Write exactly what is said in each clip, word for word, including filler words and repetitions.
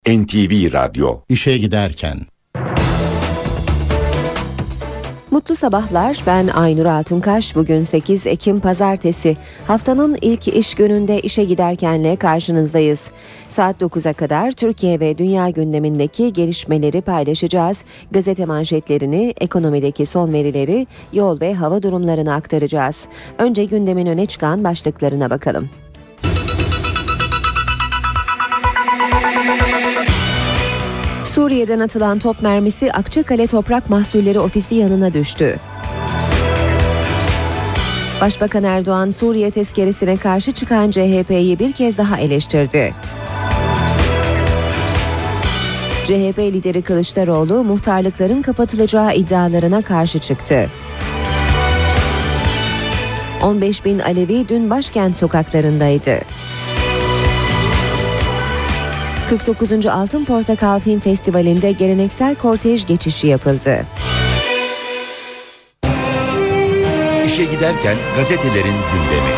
N T V Radyo. İşe giderken. Mutlu sabahlar, ben Aynur Altunkaş. Bugün sekiz Ekim Pazartesi. Haftanın ilk iş gününde işe giderkenle karşınızdayız. Saat dokuza kadar Türkiye ve dünya gündemindeki gelişmeleri paylaşacağız. Gazete manşetlerini, ekonomideki son verileri, yol ve hava durumlarını aktaracağız. Önce gündemin öne çıkan başlıklarına bakalım. Suriye'den atılan top mermisi Akçakale Toprak Mahsulleri Ofisi yanına düştü. Başbakan Erdoğan, Suriye tezkeresine karşı çıkan C H P'yi bir kez daha eleştirdi. C H P lideri Kılıçdaroğlu, muhtarlıkların kapatılacağı iddialarına karşı çıktı. on beş bin Alevi dün başkent sokaklarındaydı. kırk dokuzuncu Altın Portakal Film Festivali'nde geleneksel kortej geçişi yapıldı. İşe giderken gazetelerin gündemi.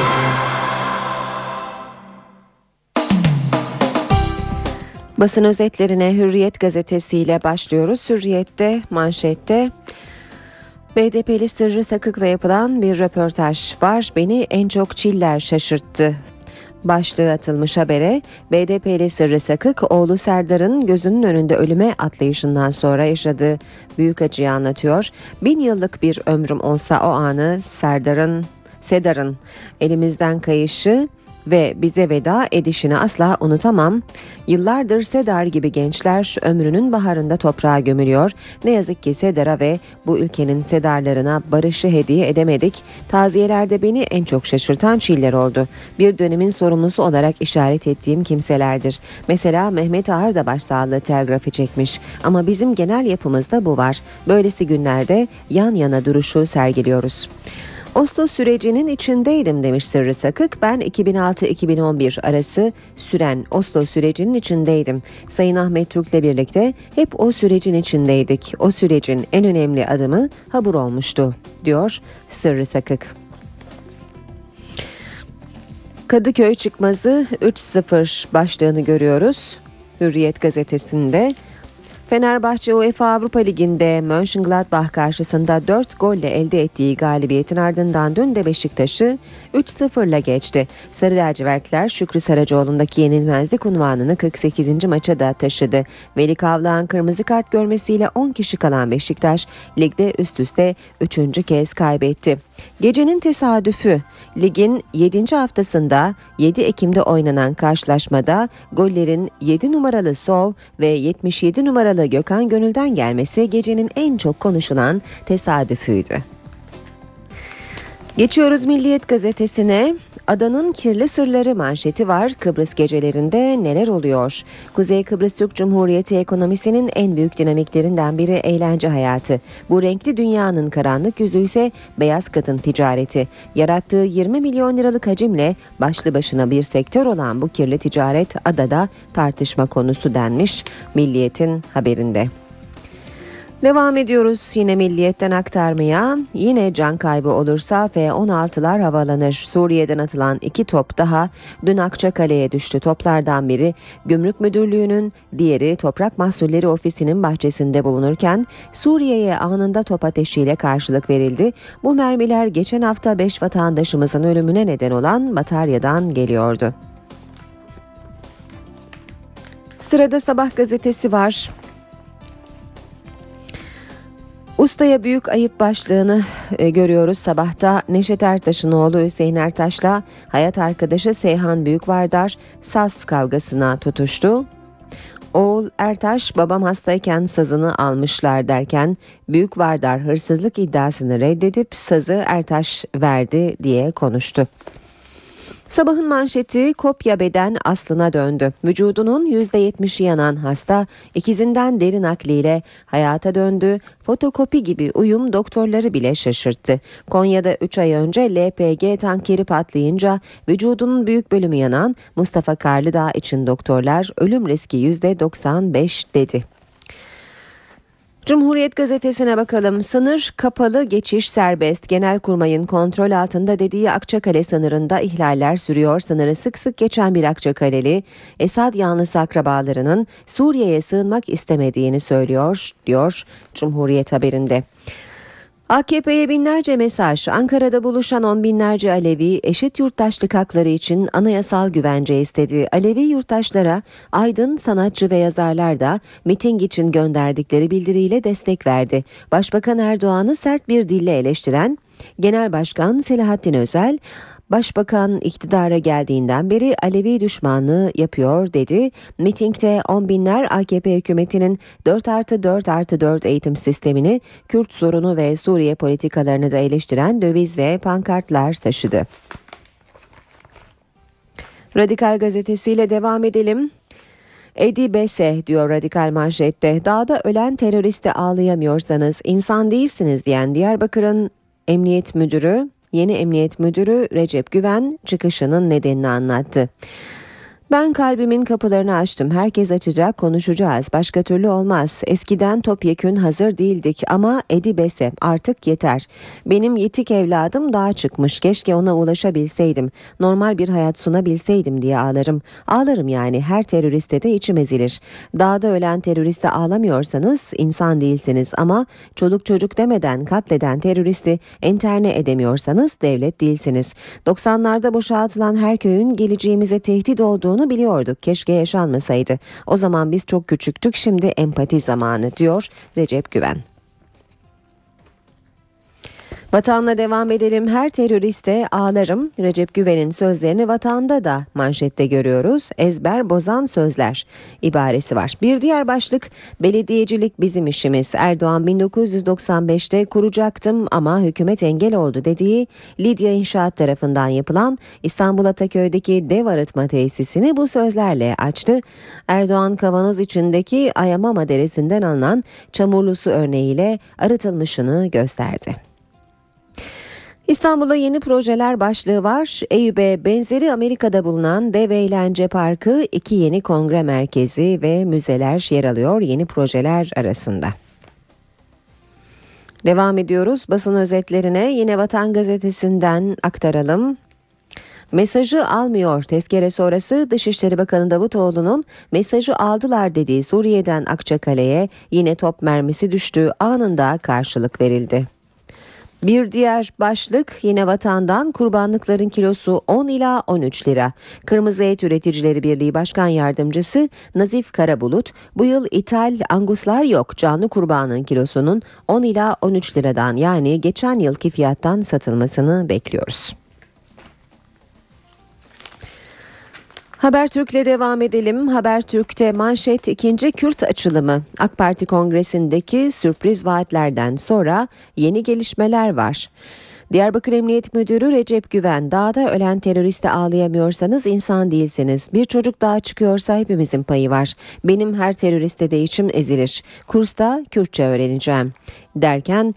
Basın özetlerine Hürriyet gazetesiyle başlıyoruz. Hürriyet'te manşette B D P'li Sırrı Sakık'la yapılan bir röportaj var. Beni en çok Çiller şaşırttı başlığı atılmış habere. B D P'li Sırrı Sakık, oğlu Serdar'ın gözünün önünde ölüme atlayışından sonra yaşadığı büyük acıyı anlatıyor. Bin yıllık bir ömrüm olsa o anı Serdar'ın, Sedar'ın elimizden kayışı ve bize veda edişini asla unutamam. Yıllardır Sedar gibi gençler ömrünün baharında toprağa gömülüyor. Ne yazık ki Sedar'a ve bu ülkenin Sedarlarına barışı hediye edemedik. Taziyelerde beni en çok şaşırtan Çiller oldu. Bir dönemin sorumlusu olarak işaret ettiğim kimselerdir. Mesela Mehmet Ağar da başsağlığı telgrafı çekmiş. Ama bizim genel yapımızda bu var. Böylesi günlerde yan yana duruşu sergiliyoruz. Oslo sürecinin içindeydim demiş Sırrı Sakık. Ben iki bin altı iki bin on bir arası süren Oslo sürecinin içindeydim. Sayın Ahmet Türk'le birlikte hep o sürecin içindeydik. O sürecin en önemli adımı Habur olmuştu, diyor Sırrı Sakık. Kadıköy çıkmazı üç sıfır başlığını görüyoruz Hürriyet gazetesinde. Fenerbahçe UEFA Avrupa Ligi'nde Mönchengladbach karşısında dört golle elde ettiği galibiyetin ardından dün de Beşiktaş'ı üç sıfırla geçti. Sarı lacivertler Şükrü Saracoğlu'ndaki yenilmezlik unvanını kırk sekizinci maça da taşıdı. Veli Kavlak'ın kırmızı kart görmesiyle on kişi kalan Beşiktaş ligde üst üste üçüncü kez kaybetti. Gecenin tesadüfü, ligin yedinci haftasında yedi Ekim'de oynanan karşılaşmada gollerin yedi numaralı Sov ve yetmiş yedi numaralı Gökhan Gönül'den gelmesi gecenin en çok konuşulan tesadüfüydü. Geçiyoruz Milliyet gazetesine. Adanın kirli sırları manşeti var. Kıbrıs gecelerinde neler oluyor? Kuzey Kıbrıs Türk Cumhuriyeti ekonomisinin en büyük dinamiklerinden biri eğlence hayatı. Bu renkli dünyanın karanlık yüzü ise beyaz kadın ticareti. Yarattığı yirmi milyon liralık hacimle başlı başına bir sektör olan bu kirli ticaret adada tartışma konusu denmiş Milliyet'in haberinde. Devam ediyoruz yine Milliyet'ten aktarmaya. Yine can kaybı olursa F on altılar havalanır. Suriye'den atılan iki top daha dün Akçakale'ye düştü. Toplardan biri Gümrük Müdürlüğü'nün, diğeri Toprak Mahsulleri Ofisi'nin bahçesinde bulunurken Suriye'ye anında top ateşiyle karşılık verildi. Bu mermiler geçen hafta beş vatandaşımızın ölümüne neden olan batarya'dan geliyordu. Sırada Sabah gazetesi var. Ustaya büyük ayıp başlığını e, görüyoruz sabahta. Neşet Ertaş'ın oğlu Hüseyin Ertaş'la hayat arkadaşı Seyhan Büyükvardar saz kavgasına tutuştu. Oğul Ertaş, babam hastayken sazını almışlar derken Büyükvardar hırsızlık iddiasını reddedip sazı Ertaş verdi diye konuştu. Sabahın manşeti kopya beden aslına döndü. Vücudunun yüzde yetmişi yanan hasta ikizinden deri nakliyle hayata döndü. Fotokopi gibi uyum doktorları bile şaşırttı. Konya'da üç ay önce L P G tankeri patlayınca vücudunun büyük bölümü yanan Mustafa Karlıdağ için doktorlar ölüm riski yüzde doksan beş dedi. Cumhuriyet gazetesine bakalım. Sınır kapalı, geçiş serbest. Genelkurmay'ın kontrol altında dediği Akçakale sınırında ihlaller sürüyor. Sınırı sık sık geçen bir Akçakaleli, Esad yanlısı akrabalarının Suriye'ye sığınmak istemediğini söylüyor, diyor Cumhuriyet haberinde. A K P'ye binlerce mesaj. Ankara'da buluşan on binlerce Alevi eşit yurttaşlık hakları için anayasal güvence istedi. Alevi yurttaşlara aydın, sanatçı ve yazarlar da miting için gönderdikleri bildiriyle destek verdi. Başbakan Erdoğan'ı sert bir dille eleştiren Genel Başkan Selahattin Özel, Başbakan iktidara geldiğinden beri Alevi düşmanlığı yapıyor dedi. Mitingde on binler A K P hükümetinin dört artı dört artı dört eğitim sistemini, Kürt sorunu ve Suriye politikalarını da eleştiren döviz ve pankartlar taşıdı. Radikal gazetesiyle devam edelim. Edi Bese diyor Radikal manşette. Dağda ölen teröriste ağlayamıyorsanız insan değilsiniz diyen Diyarbakır'ın Emniyet Müdürü, Yeni Emniyet Müdürü Recep Güven çıkışının nedenini anlattı. Ben kalbimin kapılarını açtım. Herkes açacak, konuşacağız. Başka türlü olmaz. Eskiden topyekün hazır değildik ama Edi Bese artık yeter. Benim yetik evladım dağa çıkmış. Keşke ona ulaşabilseydim. Normal bir hayat sunabilseydim diye ağlarım. Ağlarım yani, her teröriste de içim ezilir. Dağda ölen teröriste ağlamıyorsanız insan değilsiniz ama çoluk çocuk demeden katleden teröristi enterne edemiyorsanız devlet değilsiniz. doksanlarda boşaltılan her köyün geleceğimize tehdit olduğunu biliyorduk. Keşke yaşanmasaydı. O zaman biz çok küçüktük. Şimdi empati zamanı diyor Recep Güven. Vatanla devam edelim. Her teröriste ağlarım. Recep Güven'in sözlerini Vatanda da manşette görüyoruz. Ezber bozan sözler ibaresi var. Bir diğer başlık, belediyecilik bizim işimiz. Erdoğan bin dokuz yüz doksan beşte kuracaktım ama hükümet engel oldu dediği Lidya İnşaat tarafından yapılan İstanbul Ataköy'deki dev arıtma tesisini bu sözlerle açtı. Erdoğan kavanoz içindeki Ayamama Deresi'nden alınan çamurlu su örneğiyle arıtılmışını gösterdi. İstanbul'da yeni projeler başlığı var. Eyüp'e benzeri Amerika'da bulunan dev eğlence parkı, iki yeni kongre merkezi ve müzeler yer alıyor yeni projeler arasında. Devam ediyoruz basın özetlerine. Yine Vatan Gazetesi'nden aktaralım. Mesajı almıyor. Tezkere sonrası Dışişleri Bakanı Davutoğlu'nun mesajı aldılar dediği Suriye'den Akçakale'ye yine top mermisi düştü. Anında karşılık verildi. Bir diğer başlık yine Vatan'dan, kurbanlıkların kilosu on ila on üç lira. Kırmızı Et Üreticileri Birliği Başkan Yardımcısı Nazif Karabulut, bu yıl ithal anguslar yok. Canlı kurbanın kilosunun on ila on üç liradan, yani geçen yılki fiyattan satılmasını bekliyoruz. Habertürk'le devam edelim. Habertürk'te manşet ikinci Kürt açılımı. AK Parti kongresindeki sürpriz vaatlerden sonra yeni gelişmeler var. Diyarbakır Emniyet Müdürü Recep Güven, dağda ölen teröriste ağlayamıyorsanız insan değilsiniz. Bir çocuk dağa çıkıyorsa hepimizin payı var. Benim her teröriste de içim ezilir. Kursta Kürtçe öğreneceğim derken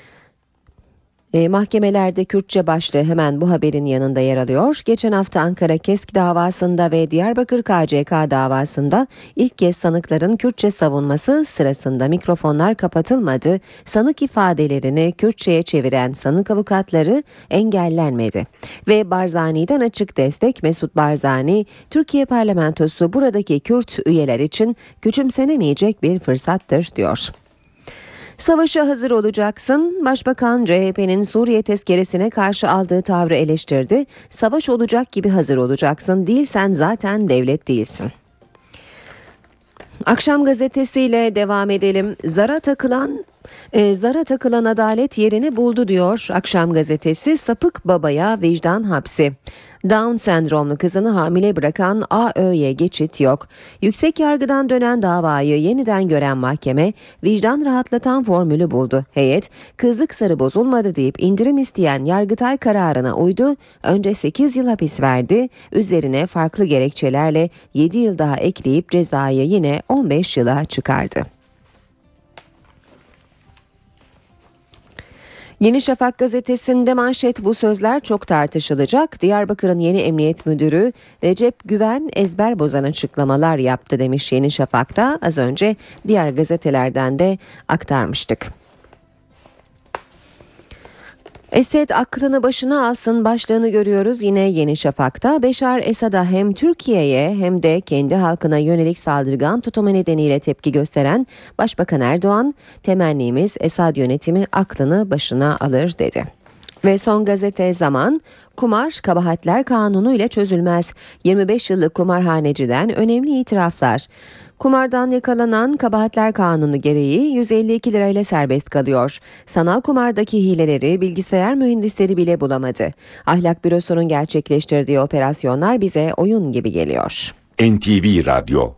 E, mahkemelerde Kürtçe başlığı hemen bu haberin yanında yer alıyor. Geçen hafta Ankara KESK davasında ve Diyarbakır K C K davasında ilk kez sanıkların Kürtçe savunması sırasında mikrofonlar kapatılmadı. Sanık ifadelerini Kürtçe'ye çeviren sanık avukatları engellenmedi. Ve Barzani'den açık destek. Mesut Barzani, Türkiye Parlamentosu buradaki Kürt üyeler için küçümsenemeyecek bir fırsattır diyor. Savaşa hazır olacaksın. Başbakan C H P'nin Suriye tezkeresine karşı aldığı tavrı eleştirdi. Savaş olacak gibi hazır olacaksın. Değilsen zaten devlet değilsin. Akşam gazetesiyle devam edelim. Zara takılan e, zara takılan adalet yerini buldu diyor Akşam gazetesi. Sapık babaya vicdan hapsi. Down sendromlu kızını hamile bırakan A Ö'ye geçit yok. Yüksek yargıdan dönen davayı yeniden gören mahkeme vicdan rahatlatan formülü buldu. Heyet, kızlık sarı bozulmadı deyip indirim isteyen Yargıtay kararına uydu. Önce sekiz yıl hapis verdi. Üzerine farklı gerekçelerle yedi yıl daha ekleyip cezayı yine on beş yıla çıkardı. Yeni Şafak gazetesinde manşet bu sözler çok tartışılacak. Diyarbakır'ın yeni emniyet müdürü Recep Güven ezber bozan açıklamalar yaptı demiş Yeni Şafak'ta. Az önce diğer gazetelerden de aktarmıştık. Esed aklını başına alsın başlığını görüyoruz yine Yeni Şafak'ta. Beşar Esad'a hem Türkiye'ye hem de kendi halkına yönelik saldırgan tutumu nedeniyle tepki gösteren Başbakan Erdoğan, temennimiz Esad yönetimi aklını başına alır dedi. Ve son gazete Zaman, kumar kabahatler kanunu ile çözülmez. yirmi beş yıllık kumarhaneciden önemli itiraflar. Kumardan yakalanan kabahatler kanunu gereği yüz elli iki lirayla serbest kalıyor. Sanal kumardaki hileleri bilgisayar mühendisleri bile bulamadı. Ahlak Bürosu'nun gerçekleştirdiği operasyonlar bize oyun gibi geliyor. N T V Radyo.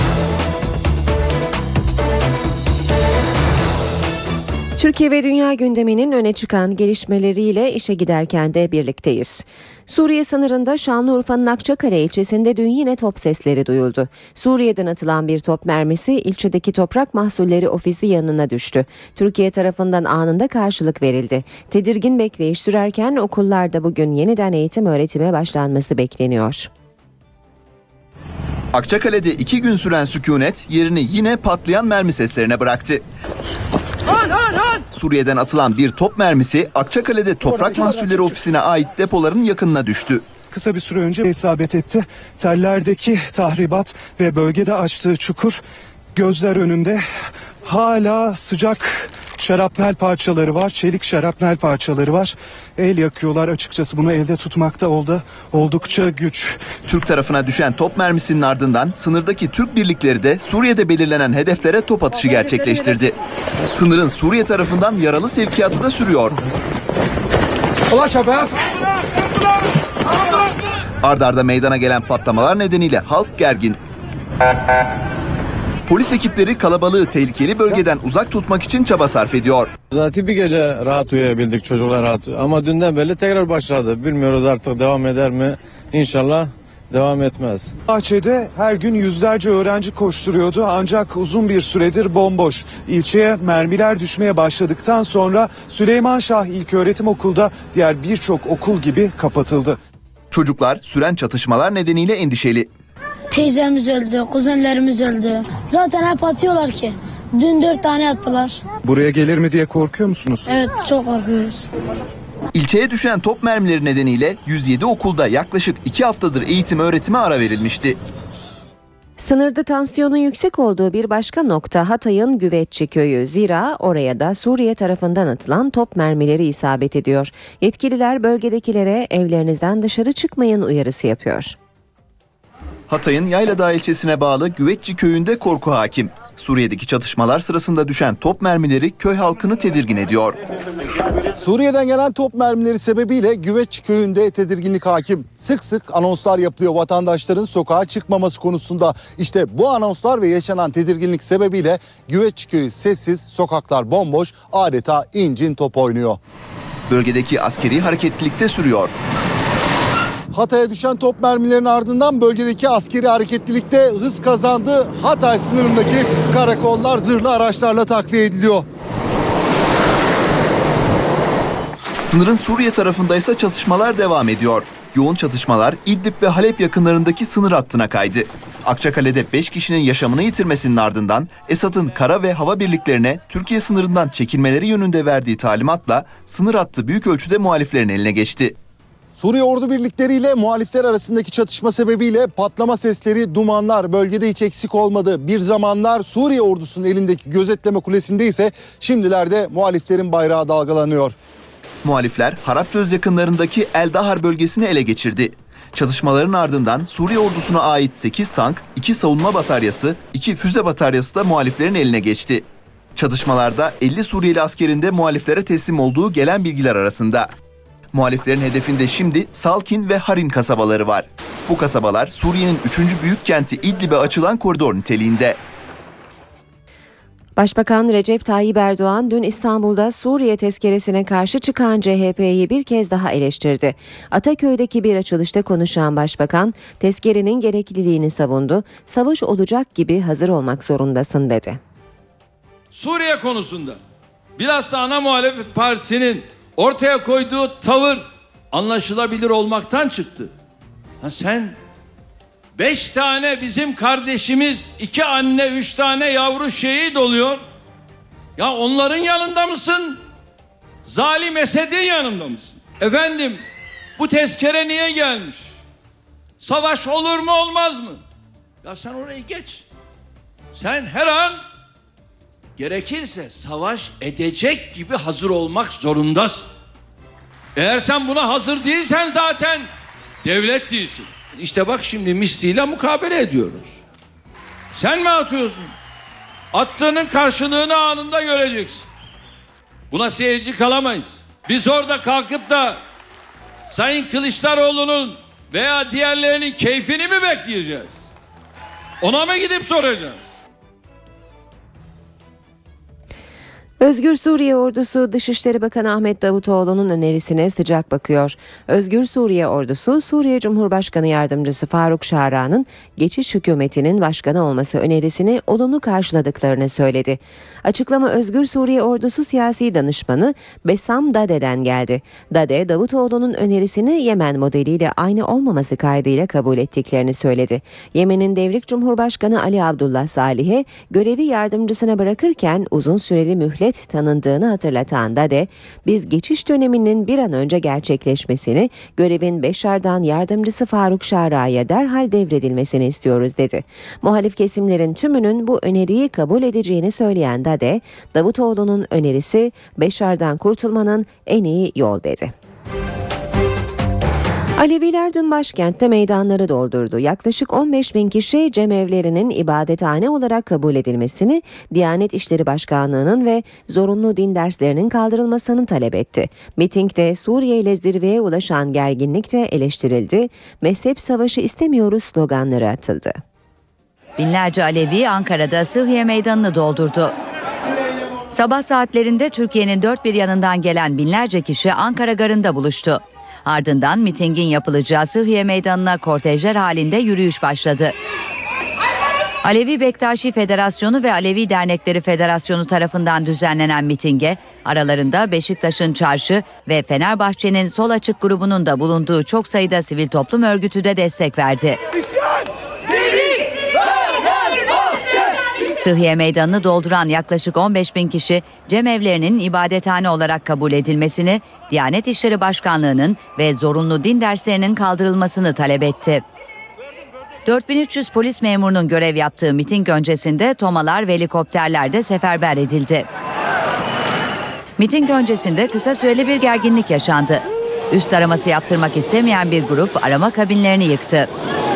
Türkiye ve dünya gündeminin öne çıkan gelişmeleriyle işe giderken de birlikteyiz. Suriye sınırında Şanlıurfa'nın Akçakale ilçesinde dün yine top sesleri duyuldu. Suriye'den atılan bir top mermisi ilçedeki Toprak Mahsulleri Ofisi yanına düştü. Türkiye tarafından anında karşılık verildi. Tedirgin bekleyiş sürerken okullarda bugün yeniden eğitim öğretime başlanması bekleniyor. Akçakale'de iki gün süren sükunet yerini yine patlayan mermi seslerine bıraktı. An, an, an. Suriye'den atılan bir top mermisi Akçakale'de Toprak Mahsulleri Ofisi'ne ait depoların yakınına düştü. Kısa bir süre önce isabet etti. Tellerdeki tahribat ve bölgede açtığı çukur gözler önünde. Hala sıcak şarapnel parçaları var, çelik şarapnel parçaları var. El yakıyorlar, açıkçası bunu elde tutmakta oldu oldukça güç. Türk tarafına düşen top mermisinin ardından sınırdaki Türk birlikleri de Suriye'de belirlenen hedeflere top atışı gerçekleştirdi. Sınırın Suriye tarafından yaralı sevkiyatı da sürüyor. Arda arda meydana gelen patlamalar nedeniyle halk gergin. Polis ekipleri kalabalığı tehlikeli bölgeden uzak tutmak için çaba sarf ediyor. Zaten bir gece rahat uyuyabildik, çocuklar rahat. Ama dünden beri tekrar başladı. Bilmiyoruz artık devam eder mi? İnşallah devam etmez. Bahçede her gün yüzlerce öğrenci koşturuyordu ancak uzun bir süredir bomboş. İlçeye mermiler düşmeye başladıktan sonra Süleymanşah İlköğretim Okulu'da diğer birçok okul gibi kapatıldı. Çocuklar süren çatışmalar nedeniyle endişeli. Teyzemiz öldü, kuzenlerimiz öldü. Zaten hep atıyorlar ki. Dün dört tane attılar. Buraya gelir mi diye korkuyor musunuz? Evet, çok korkuyoruz. İlçeye düşen top mermileri nedeniyle yüz yedi okulda yaklaşık iki haftadır eğitim öğretime ara verilmişti. Sınırda tansiyonun yüksek olduğu bir başka nokta Hatay'ın Güveççi köyü. Zira oraya da Suriye tarafından atılan top mermileri isabet ediyor. Yetkililer bölgedekilere evlerinizden dışarı çıkmayın uyarısı yapıyor. Hatay'ın Yayladağ ilçesine bağlı Güveççi köyünde korku hakim. Suriye'deki çatışmalar sırasında düşen top mermileri köy halkını tedirgin ediyor. Suriye'den gelen top mermileri sebebiyle Güveççi köyünde tedirginlik hakim. Sık sık anonslar yapılıyor vatandaşların sokağa çıkmaması konusunda. İşte bu anonslar ve yaşanan tedirginlik sebebiyle Güveççi köyü sessiz, sokaklar bomboş, adeta incin top oynuyor. Bölgedeki askeri hareketlilik de sürüyor. Hatay'a düşen top mermilerinin ardından bölgedeki askeri hareketlilikte hız kazandı. Hatay sınırındaki karakollar zırhlı araçlarla takviye ediliyor. Sınırın Suriye tarafındaysa çatışmalar devam ediyor. Yoğun çatışmalar İdlib ve Halep yakınlarındaki sınır hattına kaydı. Akçakale'de beş kişinin yaşamını yitirmesinin ardından Esad'ın kara ve hava birliklerine Türkiye sınırından çekilmeleri yönünde verdiği talimatla sınır hattı büyük ölçüde muhaliflerin eline geçti. Suriye ordu birlikleriyle muhalifler arasındaki çatışma sebebiyle patlama sesleri, dumanlar bölgede hiç eksik olmadı. Bir zamanlar Suriye ordusunun elindeki gözetleme kulesinde ise şimdilerde muhaliflerin bayrağı dalgalanıyor. Muhalifler Harapçöz yakınlarındaki El Dahar bölgesini ele geçirdi. Çatışmaların ardından Suriye ordusuna ait sekiz tank, iki savunma bataryası, iki füze bataryası da muhaliflerin eline geçti. Çatışmalarda elli Suriyeli askerin de muhaliflere teslim olduğu gelen bilgiler arasında. Muhaliflerin hedefinde şimdi Salkin ve Harin kasabaları var. Bu kasabalar Suriye'nin üçüncü büyük kenti İdlib'e açılan koridor niteliğinde. Başbakan Recep Tayyip Erdoğan dün İstanbul'da Suriye tezkeresine karşı çıkan C H P'yi bir kez daha eleştirdi. Ataköy'deki bir açılışta konuşan Başbakan, tezkerenin gerekliliğini savundu. Savaş olacak gibi hazır olmak zorundasın dedi. Suriye konusunda bilhassa ana muhalefet partisinin ortaya koyduğu tavır anlaşılabilir olmaktan çıktı. Ha sen beş tane bizim kardeşimiz, iki anne, üç tane yavru şehit oluyor. Ya onların yanında mısın? Zalim Esed'in yanında mısın? Efendim bu tezkere niye gelmiş? Savaş olur mu olmaz mı? Ya sen orayı geç. Sen her an gerekirse savaş edecek gibi hazır olmak zorundasın. Eğer sen buna hazır değilsen zaten devlet değilsin. İşte bak şimdi misliyle mukabele ediyoruz. Sen mi atıyorsun? Attığının karşılığını anında göreceksin. Buna seyirci kalamayız. Biz orada kalkıp da Sayın Kılıçdaroğlu'nun veya diğerlerinin keyfini mi bekleyeceğiz? Ona mı gidip soracağız? Özgür Suriye Ordusu Dışişleri Bakanı Ahmet Davutoğlu'nun önerisine sıcak bakıyor. Özgür Suriye Ordusu, Suriye Cumhurbaşkanı Yardımcısı Faruk Şara'nın geçiş hükümetinin başkanı olması önerisini olumlu karşıladıklarını söyledi. Açıklama Özgür Suriye Ordusu siyasi danışmanı Bessam Dade'den geldi. Dade, Davutoğlu'nun önerisini Yemen modeliyle aynı olmaması kaydıyla kabul ettiklerini söyledi. Yemen'in devrik Cumhurbaşkanı Ali Abdullah Salih'e görevi yardımcısına bırakırken uzun süreli mühlet tanındığını hatırlatan Dade, biz geçiş döneminin bir an önce gerçekleşmesini, görevin Beşar'dan yardımcısı Faruk Şara'ya derhal devredilmesini istiyoruz dedi. Muhalif kesimlerin tümünün bu öneriyi kabul edeceğini söyleyen Dade, Davutoğlu'nun önerisi Beşar'dan kurtulmanın en iyi yol dedi. Aleviler dün başkentte meydanları doldurdu. Yaklaşık on beş bin kişi cemevlerinin ibadethane olarak kabul edilmesini, Diyanet İşleri Başkanlığı'nın ve zorunlu din derslerinin kaldırılmasını talep etti. Mitingde Suriye ile zirveye ulaşan gerginlik de eleştirildi. Mezhep savaşı istemiyoruz sloganları atıldı. Binlerce Alevi Ankara'da Sıhhiye Meydanı'nı doldurdu. Sabah saatlerinde Türkiye'nin dört bir yanından gelen binlerce kişi Ankara Garı'nda buluştu. Ardından mitingin yapılacağı Sıhhiye Meydanı'na kortejler halinde yürüyüş başladı. Alevi Bektaşi Federasyonu ve Alevi Dernekleri Federasyonu tarafından düzenlenen mitinge aralarında Beşiktaş'ın Çarşı ve Fenerbahçe'nin Sol Açık grubunun da bulunduğu çok sayıda sivil toplum örgütü de destek verdi. Sıhhiye Meydanı'nı dolduran yaklaşık on beş bin kişi cemevlerinin ibadethane olarak kabul edilmesini, Diyanet İşleri Başkanlığı'nın ve zorunlu din derslerinin kaldırılmasını talep etti. dört bin üç yüz polis memurunun görev yaptığı miting öncesinde tomalar ve helikopterler de seferber edildi. Miting öncesinde kısa süreli bir gerginlik yaşandı. Üst araması yaptırmak istemeyen bir grup arama kabinlerini yıktı.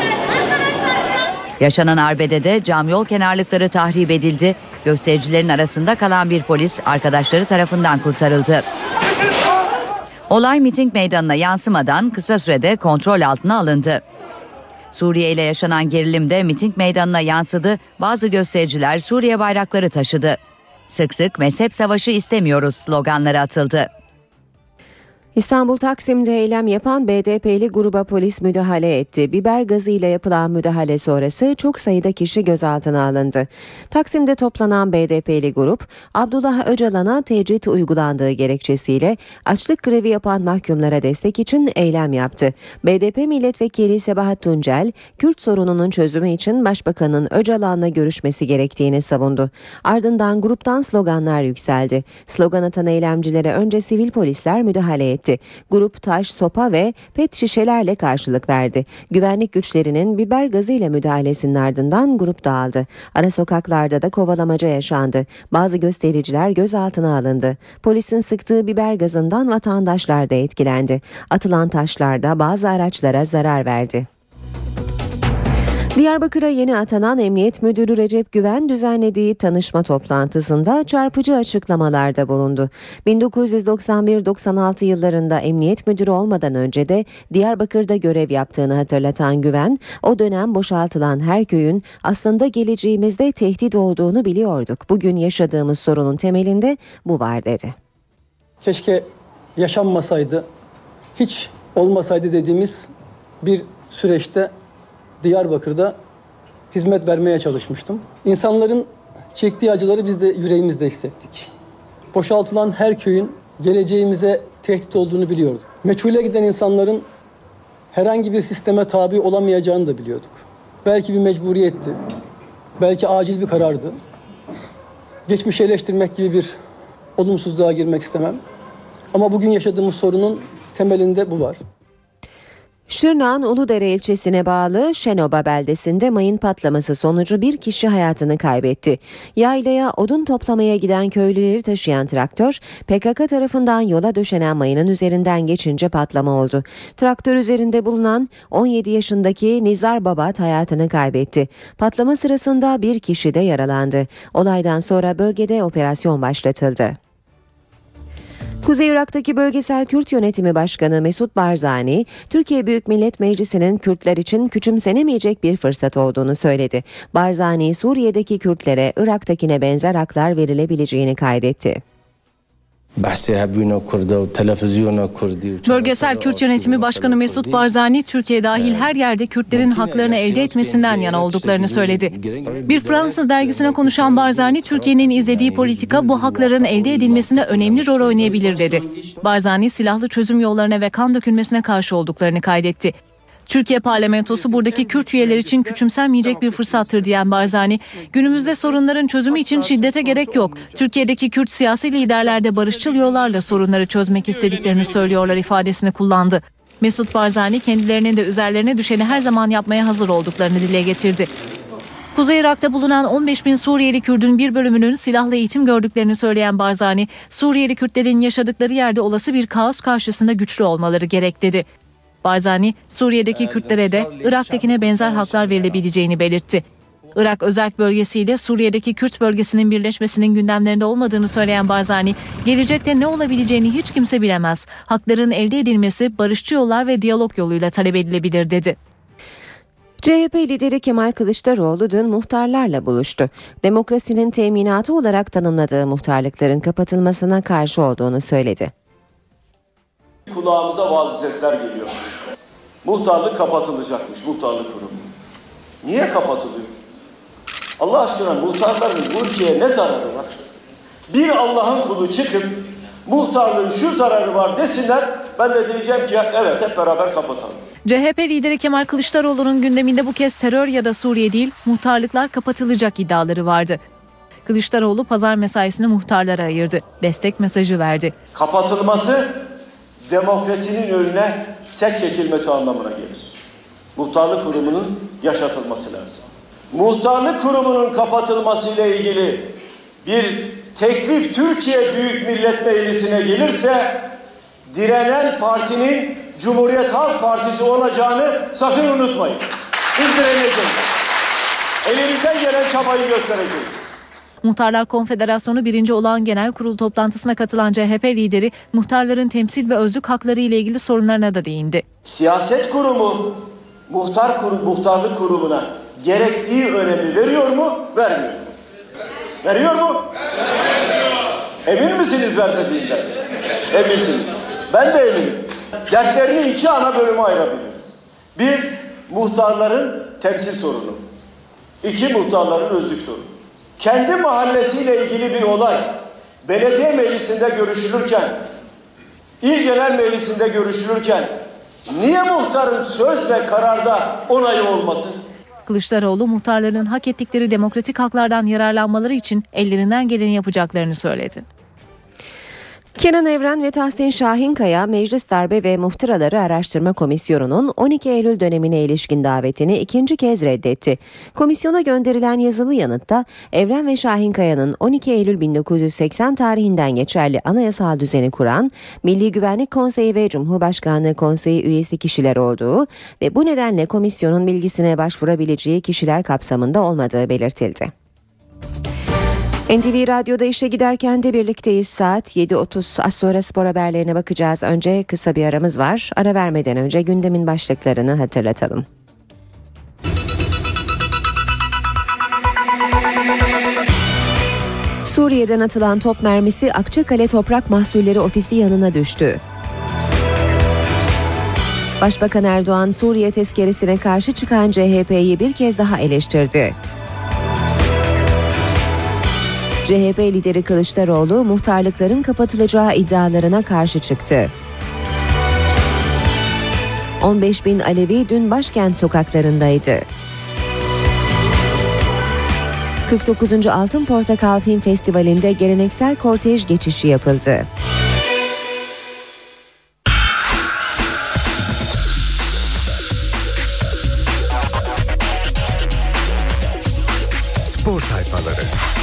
Yaşanan arbedede cam yol kenarlıkları tahrip edildi. Göstericilerin arasında kalan bir polis arkadaşları tarafından kurtarıldı. Olay miting meydanına yansımadan kısa sürede kontrol altına alındı. Suriye ile yaşanan gerilimde miting meydanına yansıdı. Bazı göstericiler Suriye bayrakları taşıdı. Sık sık mezhep savaşı istemiyoruz sloganları atıldı. İstanbul Taksim'de eylem yapan B D P'li gruba polis müdahale etti. Biber gazıyla yapılan müdahale sonrası çok sayıda kişi gözaltına alındı. Taksim'de toplanan B D P'li grup, Abdullah Öcalan'a tecrit uygulandığı gerekçesiyle açlık grevi yapan mahkumlara destek için eylem yaptı. B D P Milletvekili Sebahat Tuncel, Kürt sorununun çözümü için Başbakanın Öcalan'la görüşmesi gerektiğini savundu. Ardından gruptan sloganlar yükseldi. Slogan atan eylemcilere önce sivil polisler müdahale etti. Grup taş, sopa ve pet şişelerle karşılık verdi. Güvenlik güçlerinin biber gazıyla müdahalesinin ardından grup dağıldı. Ara sokaklarda da kovalamaca yaşandı. Bazı göstericiler gözaltına alındı. Polisin sıktığı biber gazından vatandaşlar da etkilendi. Atılan taşlar da bazı araçlara zarar verdi. Diyarbakır'a yeni atanan Emniyet Müdürü Recep Güven düzenlediği tanışma toplantısında çarpıcı açıklamalarda bulundu. bin dokuz yüz doksan bir doksan altı yıllarında Emniyet Müdürü olmadan önce de Diyarbakır'da görev yaptığını hatırlatan Güven, o dönem boşaltılan her köyün aslında geleceğimizde tehdit olduğunu biliyorduk. Bugün yaşadığımız sorunun temelinde bu var dedi. Keşke yaşanmasaydı, hiç olmasaydı dediğimiz bir süreçte Diyarbakır'da hizmet vermeye çalışmıştım. İnsanların çektiği acıları biz de yüreğimizde hissettik. Boşaltılan her köyün geleceğimize tehdit olduğunu biliyorduk. Meçhule giden insanların herhangi bir sisteme tabi olamayacağını da biliyorduk. Belki bir mecburiyetti, belki acil bir karardı. Geçmişi eleştirmek gibi bir olumsuzluğa girmek istemem. Ama bugün yaşadığımız sorunun temelinde bu var. Şırnak'ın Uludere ilçesine bağlı Şenoba beldesinde mayın patlaması sonucu bir kişi hayatını kaybetti. Yaylaya odun toplamaya giden köylüleri taşıyan traktör P K K tarafından yola döşenen mayının üzerinden geçince patlama oldu. Traktör üzerinde bulunan on yedi yaşındaki Nizar Babat hayatını kaybetti. Patlama sırasında bir kişi de yaralandı. Olaydan sonra bölgede operasyon başlatıldı. Kuzey Irak'taki Bölgesel Kürt Yönetimi Başkanı Mesut Barzani, Türkiye Büyük Millet Meclisi'nin Kürtler için küçümsenemeyecek bir fırsat olduğunu söyledi. Barzani, Suriye'deki Kürtlere Irak'takine benzer haklar verilebileceğini kaydetti. Bölgesel Kürt Yönetimi Başkanı Mesut Barzani, Türkiye dahil her yerde Kürtlerin haklarını elde etmesinden yana olduklarını söyledi. Bir Fransız dergisine konuşan Barzani, Türkiye'nin izlediği politika bu hakların elde edilmesine önemli rol oynayabilir dedi. Barzani, silahlı çözüm yollarına ve kan dökülmesine karşı olduklarını kaydetti. Türkiye parlamentosu buradaki Kürt üyeler için küçümsenmeyecek bir fırsattır diyen Barzani, günümüzde sorunların çözümü için şiddete gerek yok. Türkiye'deki Kürt siyasi liderler de barışçıl yollarla sorunları çözmek istediklerini söylüyorlar ifadesini kullandı. Mesut Barzani, kendilerinin de üzerlerine düşeni her zaman yapmaya hazır olduklarını dile getirdi. Kuzey Irak'ta bulunan on beş bin Suriyeli Kürt'ün bir bölümünün silahlı eğitim gördüklerini söyleyen Barzani, Suriyeli Kürtlerin yaşadıkları yerde olası bir kaos karşısında güçlü olmaları gerek dedi. Barzani, Suriye'deki Kürtlere de Irak'takine benzer haklar verilebileceğini belirtti. Irak Özerk bölgesiyle Suriye'deki Kürt bölgesinin birleşmesinin gündemlerinde olmadığını söyleyen Barzani, gelecekte ne olabileceğini hiç kimse bilemez. Hakların elde edilmesi barışçı yollar ve diyalog yoluyla talep edilebilir dedi. C H P lideri Kemal Kılıçdaroğlu dün muhtarlarla buluştu. Demokrasinin teminatı olarak tanımladığı muhtarlıkların kapatılmasına karşı olduğunu söyledi. Kulağımıza bazı sesler geliyor. Muhtarlık kapatılacakmış, muhtarlık kurumu. Niye kapatılıyor? Allah aşkına muhtarların bu ülkeye ne zararı var? Bir Allah'ın kulu çıkıp muhtarlığın şu zararı var desinler, ben de diyeceğim ki evet hep beraber kapatalım. C H P lideri Kemal Kılıçdaroğlu'nun gündeminde bu kez terör ya da Suriye değil, muhtarlıklar kapatılacak iddiaları vardı. Kılıçdaroğlu pazar mesaisini muhtarlara ayırdı. Destek mesajı verdi. Kapatılması demokrasinin önüne set çekilmesi anlamına gelir. Muhtarlık kurumunun yaşatılması lazım. Muhtarlık kurumunun kapatılması ile ilgili bir teklif Türkiye Büyük Millet Meclisi'ne gelirse direnen partinin Cumhuriyet Halk Partisi olacağını sakın unutmayın. Biz direneceğiz. Elimizden gelen çabayı göstereceğiz. Muhtarlar Konfederasyonu birinci Olağan Genel Kurulu toplantısına katılan C H P lideri muhtarların temsil ve özlük hakları ile ilgili sorunlarına da değindi. Siyaset kurumu muhtar kurum, muhtarlık kurumuna gerektiği önemi veriyor mu, vermiyor mu? Veriyor mu? Vermiyor. Emin misiniz vermediğinden? Eminsiniz. Ben de eminim. Dertlerini iki ana bölüme ayırabiliriz. Bir, muhtarların temsil sorunu. İki, muhtarların özlük sorunu. Kendi mahallesiyle ilgili bir olay belediye meclisinde görüşülürken, il genel meclisinde görüşülürken niye muhtarın söz ve kararda onayı olmasın? Kılıçdaroğlu muhtarların hak ettikleri demokratik haklardan yararlanmaları için ellerinden geleni yapacaklarını söyledi. Kenan Evren ve Tahsin Şahinkaya, Meclis Darbe ve Muhtıraları Araştırma Komisyonu'nun on iki Eylül dönemine ilişkin davetini ikinci kez reddetti. Komisyona gönderilen yazılı yanıtta Evren ve Şahinkaya'nın on iki Eylül bin dokuz yüz seksen tarihinden geçerli anayasal düzeni kuran Milli Güvenlik Konseyi ve Cumhurbaşkanlığı Konseyi üyesi kişiler olduğu ve bu nedenle komisyonun bilgisine başvurabileceği kişiler kapsamında olmadığı belirtildi. N T V Radyo'da işe giderken de birlikteyiz. Saat yedi otuz. Az sonra spor haberlerine bakacağız. Önce kısa bir aramız var. Ara vermeden önce gündemin başlıklarını hatırlatalım. Suriye'den atılan top mermisi Akçakale Toprak Mahsulleri Ofisi yanına düştü. Başbakan Erdoğan, Suriye tezkeresine karşı çıkan C H P'yi bir kez daha eleştirdi. C H P lideri Kılıçdaroğlu muhtarlıkların kapatılacağı iddialarına karşı çıktı. on beş bin Alevi dün başkent sokaklarındaydı. kırk dokuzuncu Altın Portakal Film Festivali'nde geleneksel kortej geçişi yapıldı. Spor sayfaları.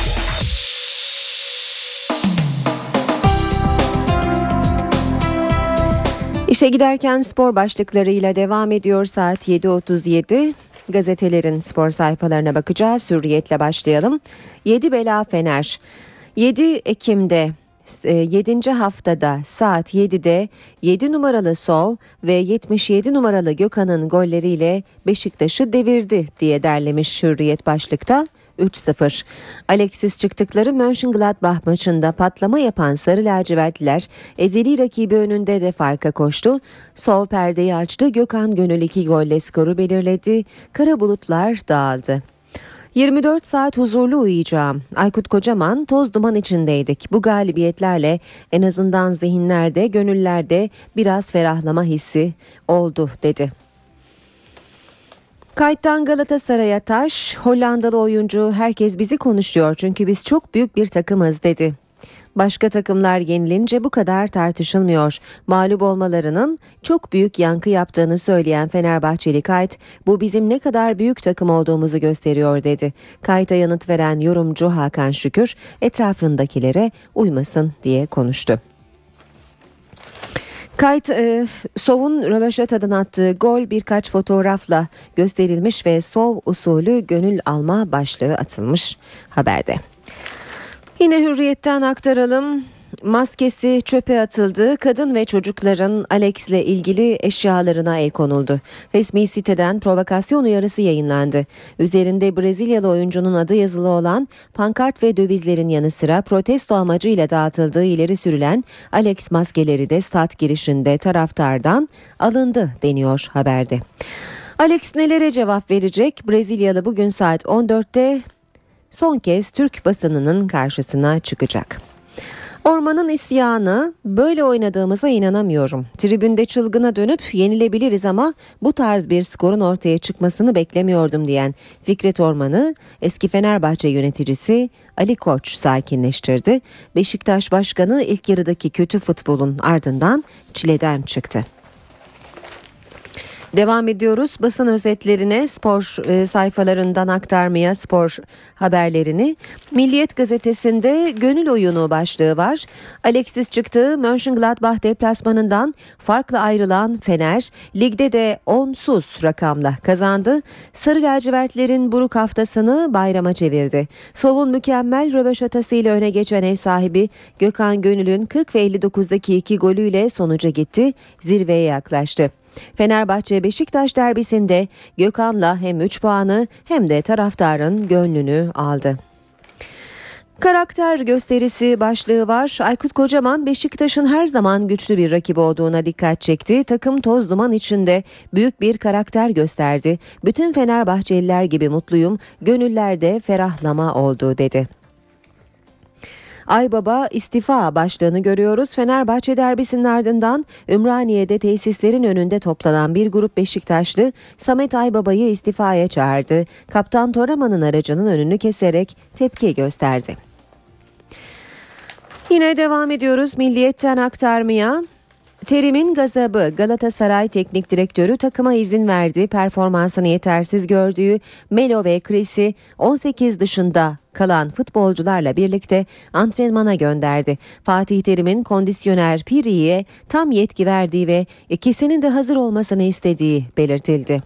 İşe giderken spor başlıklarıyla devam ediyor saat yedi otuz yedi. Gazetelerin spor sayfalarına bakacağız. Hürriyetle başlayalım. yedi bela Fener. yedi Ekim'de yedinci haftada saat yedide yedi numaralı Sov ve yetmiş yedi numaralı Gökhan'ın golleriyle Beşiktaş'ı devirdi diye derlemiş Hürriyet başlıkta. üç sıfır. Alex'siz çıktıkları Mönchengladbach maçında patlama yapan Sarı Lacivertliler ezeli rakibi önünde de farka koştu. Sol perdeyi açtı. Gökhan Gönül iki golle skoru belirledi. Kara bulutlar dağıldı. yirmi dört saat huzurlu uyuyacağım. Aykut Kocaman toz duman içindeydik. Bu galibiyetlerle en azından zihinlerde, gönüllerde biraz ferahlama hissi oldu dedi. Kayıttan Galatasaray'a taş, Hollandalı oyuncu herkes bizi konuşuyor çünkü biz çok büyük bir takımız dedi. Başka takımlar yenilince bu kadar tartışılmıyor. Mağlup olmalarının çok büyük yankı yaptığını söyleyen Fenerbahçeli Kayt, bu bizim ne kadar büyük takım olduğumuzu gösteriyor dedi. Kayt'a yanıt veren yorumcu Hakan Şükür, etrafındakilere uymasın diye konuştu. Kayt, e, Sov'un röveşatadan attığı gol birkaç fotoğrafla gösterilmiş ve Sov usulü gönül alma başlığı atılmış haberde. Yine Hürriyet'ten aktaralım. Maskesi çöpe atıldı. Kadın ve çocukların Alex'le ilgili eşyalarına el konuldu. Resmi siteden provokasyon uyarısı yayınlandı. Üzerinde Brezilyalı oyuncunun adı yazılı olan pankart ve dövizlerin yanı sıra protesto amacıyla dağıtıldığı ileri sürülen Alex maskeleri de stat girişinde taraftardan alındı deniyor haberde. Alex nelere cevap verecek? Brezilyalı bugün saat on dörtte son kez Türk basınının karşısına çıkacak. Ormanın isyanı, böyle oynadığımıza inanamıyorum. Tribünde çılgına dönüp yenilebiliriz ama bu tarz bir skorun ortaya çıkmasını beklemiyordum diyen Fikret Orman'ı eski Fenerbahçe yöneticisi Ali Koç sakinleştirdi. Beşiktaş Başkanı ilk yarıdaki kötü futbolun ardından çileden çıktı. Devam ediyoruz basın özetlerine, spor e, sayfalarından aktarmaya spor haberlerini. Milliyet gazetesinde gönül oyunu başlığı var. Alex'siz çıktığı Mönchengladbach deplasmanından farklı ayrılan Fener ligde de onsuz rakamla kazandı. Sarı lacivertlerin buruk haftasını bayrama çevirdi. Sov'un mükemmel röveşatasıyla öne geçen ev sahibi Gökhan Gönül'ün kırk ve elli dokuzdaki iki golüyle sonuca gitti, zirveye yaklaştı. Fenerbahçe Beşiktaş derbisinde Gökhan'la hem üç puanı hem de taraftarın gönlünü aldı. Karakter gösterisi başlığı var. Aykut Kocaman Beşiktaş'ın her zaman güçlü bir rakip olduğuna dikkat çekti. Takım toz duman içinde büyük bir karakter gösterdi. Bütün Fenerbahçeliler gibi mutluyum, gönüllerde ferahlama oldu dedi. Aybaba istifa başlığını görüyoruz. Fenerbahçe derbisinin ardından Ümraniye'de tesislerin önünde toplanan bir grup Beşiktaşlı Samet Aybaba'yı istifaya çağırdı. Kaptan Toraman'ın aracının önünü keserek tepki gösterdi. Yine devam ediyoruz Milliyet'ten aktarmaya. Terim'in gazabı, Galatasaray Teknik Direktörü takıma izin verdi. Performansını yetersiz gördüğü Melo ve Chris'i on sekiz dışında kalan futbolcularla birlikte antrenmana gönderdi. Fatih Terim'in kondisyoner Piri'ye tam yetki verdiği ve ikisinin de hazır olmasını istediği belirtildi.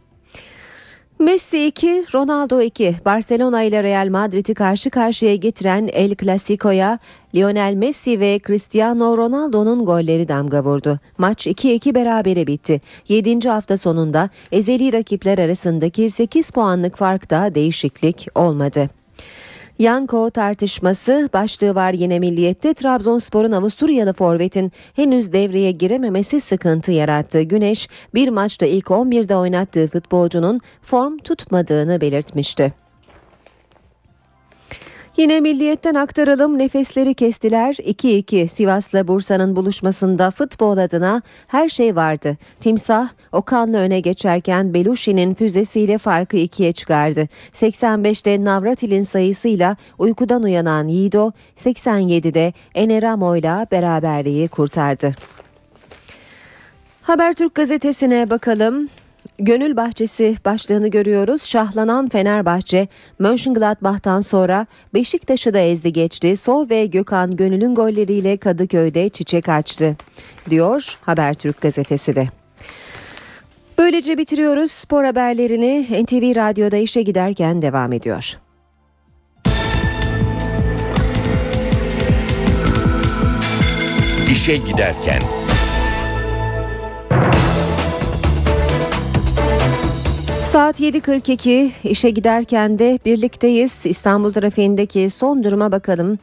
Messi iki, Ronaldo iki. Barcelona ile Real Madrid'i karşı karşıya getiren El Clasico'ya Lionel Messi ve Cristiano Ronaldo'nun golleri damga vurdu. Maç iki iki berabere bitti. yedinci hafta sonunda ezeli rakipler arasındaki sekiz puanlık farkta değişiklik olmadı. Yanko tartışması başlığı var yine Milliyet'te. Trabzonspor'un Avusturyalı forvetin henüz devreye girememesi sıkıntı yarattı. Güneş bir maçta ilk on birde oynattığı futbolcunun form tutmadığını belirtmişti. Yine Milliyet'ten aktaralım. Nefesleri kestiler. iki iki Sivas'la Bursa'nın buluşmasında futbol adına her şey vardı. Timsah Okan'la öne geçerken Beluşi'nin füzesiyle farkı ikiye çıkardı. seksen beşte Navratil'in sayısıyla uykudan uyanan Yiğido seksen yedide Eneramo'yla beraberliği kurtardı. Habertürk gazetesine bakalım. Gönül bahçesi başlığını görüyoruz. Şahlanan Fenerbahçe, Mönchengladbach'tan sonra Beşiktaş'ı da ezdi geçti. Sol ve Gökhan Gönül'ün golleriyle Kadıköy'de çiçek açtı, diyor Habertürk gazetesi de. Böylece bitiriyoruz spor haberlerini. N T V Radyo'da işe giderken devam ediyor. İşe giderken. Saat yedi kırk iki, işe giderken de birlikteyiz. İstanbul trafiğindeki son duruma bakalım.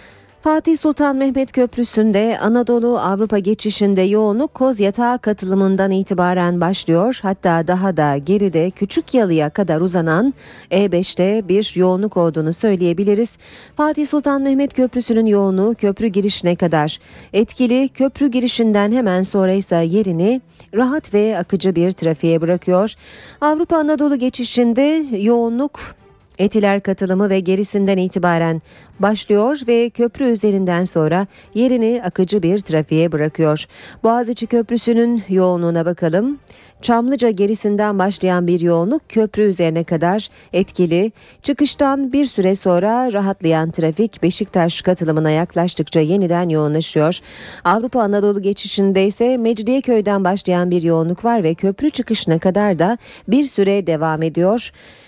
Fatih Sultan Mehmet Köprüsü'nde Anadolu Avrupa geçişinde yoğunluk Kozyatağı katılımından itibaren başlıyor. Hatta daha da geride Küçükyalı'ya kadar uzanan E beşte bir yoğunluk olduğunu söyleyebiliriz. Fatih Sultan Mehmet Köprüsü'nün yoğunluğu köprü girişine kadar etkili. Köprü girişinden hemen sonra ise yerini rahat ve akıcı bir trafiğe bırakıyor. Avrupa Anadolu geçişinde yoğunluk Etiler katılımı ve gerisinden itibaren başlıyor ve köprü üzerinden sonra yerini akıcı bir trafiğe bırakıyor. Boğaziçi Köprüsü'nün yoğunluğuna bakalım. Çamlıca gerisinden başlayan bir yoğunluk köprü üzerine kadar etkili. Çıkıştan bir süre sonra rahatlayan trafik Beşiktaş katılımına yaklaştıkça yeniden yoğunlaşıyor. Avrupa Anadolu geçişinde ise Mecidiyeköy'den başlayan bir yoğunluk var ve köprü çıkışına kadar da bir süre devam ediyor.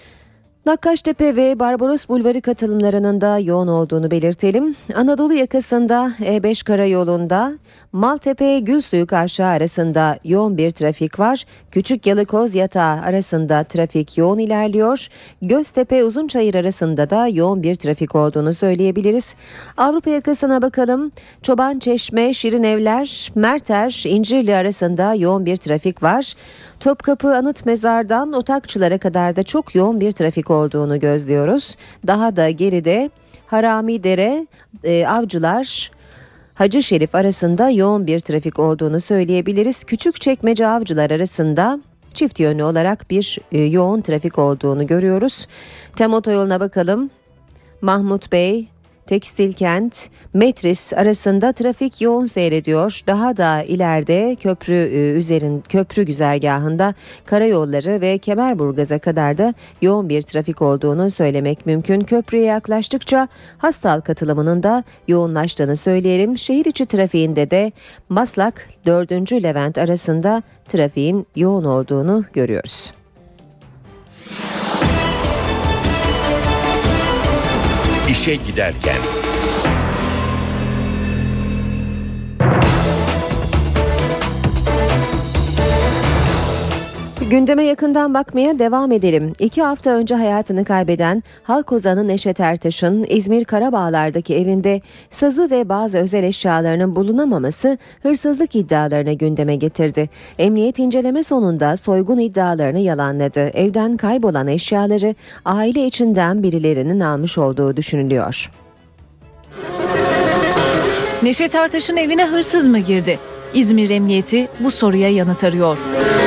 Nakkaştepe ve Barbaros Bulvarı katılımlarının da yoğun olduğunu belirtelim. Anadolu yakasında E beş karayolunda Maltepe Gülsuyu Kavşağı arasında yoğun bir trafik var. Küçükyalı Kozyatağı arasında trafik yoğun ilerliyor. Göztepe Uzunçayır arasında da yoğun bir trafik olduğunu söyleyebiliriz. Avrupa yakasına bakalım. Çobançeşme, Şirinevler, Merter, İncirli arasında yoğun bir trafik var. Topkapı Anıt Mezar'dan Otakçılar'a kadar da çok yoğun bir trafik olduğunu gözlüyoruz. Daha da geride Haramidere, e, Avcılar, Hacı Şerif arasında yoğun bir trafik olduğunu söyleyebiliriz. Küçükçekmece Avcılar arasında çift yönlü olarak bir e, yoğun trafik olduğunu görüyoruz. Tem otoyoluna bakalım. Mahmut Bey, Tekstilkent, Metris arasında trafik yoğun seyrediyor. Daha da ileride köprü üzerin köprü güzergahında karayolları ve Kemerburgaz'a kadar da yoğun bir trafik olduğunu söylemek mümkün. Köprüye yaklaştıkça Hastal katılımının da yoğunlaştığını söyleyelim. Şehir içi trafiğinde de Maslak dördüncü Levent arasında trafiğin yoğun olduğunu görüyoruz. İşe giderken. Gündeme yakından bakmaya devam edelim. İki hafta önce hayatını kaybeden halk ozanı Neşet Ertaş'ın İzmir Karabağlar'daki evinde sazı ve bazı özel eşyalarının bulunamaması hırsızlık iddialarını gündeme getirdi. Emniyet inceleme sonunda soygun iddialarını yalanladı. Evden kaybolan eşyaları aile içinden birilerinin almış olduğu düşünülüyor. Neşet Ertaş'ın evine hırsız mı girdi? İzmir Emniyeti bu soruya yanıt arıyor.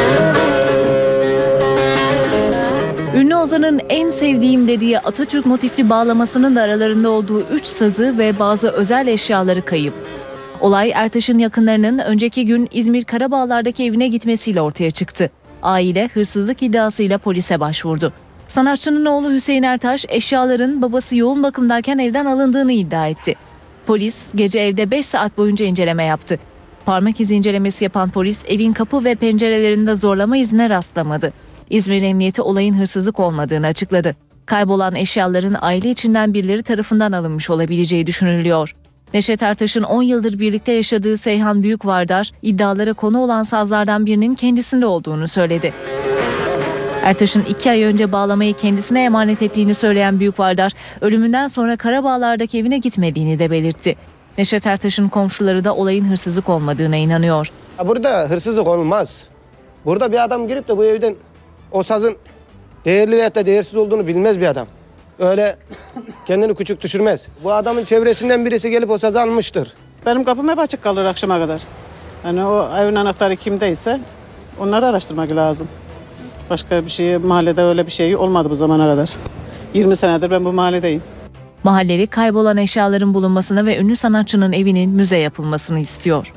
Ünlü ozanın en sevdiğim dediği Atatürk motifli bağlamasının da aralarında olduğu üç sazı ve bazı özel eşyaları kayıp. Olay Ertaş'ın yakınlarının önceki gün İzmir Karabağlar'daki evine gitmesiyle ortaya çıktı. Aile hırsızlık iddiasıyla polise başvurdu. Sanatçının oğlu Hüseyin Ertaş eşyaların babası yoğun bakımdayken evden alındığını iddia etti. Polis gece evde beş saat boyunca inceleme yaptı. Parmak izi incelemesi yapan polis evin kapı ve pencerelerinde zorlama izine rastlamadı. İzmir Emniyeti olayın hırsızlık olmadığını açıkladı. Kaybolan eşyaların aile içinden birileri tarafından alınmış olabileceği düşünülüyor. Neşet Ertaş'ın on yıldır birlikte yaşadığı Seyhan Büyükvardar iddialara konu olan sazlardan birinin kendisinde olduğunu söyledi. Ertaş'ın iki ay önce bağlamayı kendisine emanet ettiğini söyleyen Büyükvardar, ölümünden sonra Karabağlar'daki evine gitmediğini de belirtti. Neşet Ertaş'ın komşuları da olayın hırsızlık olmadığına inanıyor. Burada hırsızlık olmaz. Burada bir adam girip de bu evden o sazın değerli veya da değersiz olduğunu bilmez bir adam. öyle kendini küçük düşürmez. Bu adamın çevresinden birisi gelip o sazı almıştır. Benim kapım hep açık kalır akşama kadar. Yani o evin anahtarı kimdeyse onları araştırmak lazım. Başka bir şey, mahallede öyle bir şey olmadı bu zamana kadar. yirmi senedir ben bu mahalledeyim. Mahalleli kaybolan eşyaların bulunmasını ve ünlü sanatçının evinin müze yapılmasını istiyor.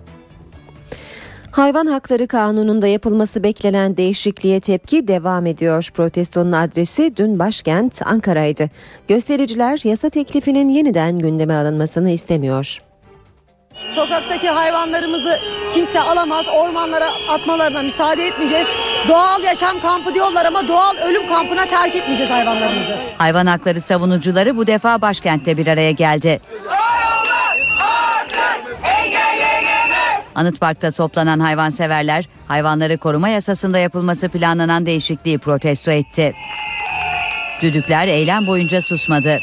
Hayvan Hakları Kanunu'nda yapılması beklenen değişikliğe tepki devam ediyor. Protestonun adresi dün başkent Ankara'ydı. Göstericiler yasa teklifinin yeniden gündeme alınmasını istemiyor. Sokaktaki hayvanlarımızı kimse alamaz, ormanlara atmalarına müsaade etmeyeceğiz. Doğal yaşam kampı diyorlar ama doğal ölüm kampına terk etmeyeceğiz hayvanlarımızı. Hayvan hakları savunucuları bu defa başkentte bir araya geldi. Anıtpark'ta toplanan hayvanseverler, hayvanları koruma yasasında yapılması planlanan değişikliği protesto etti. Düdükler eylem boyunca susmadı.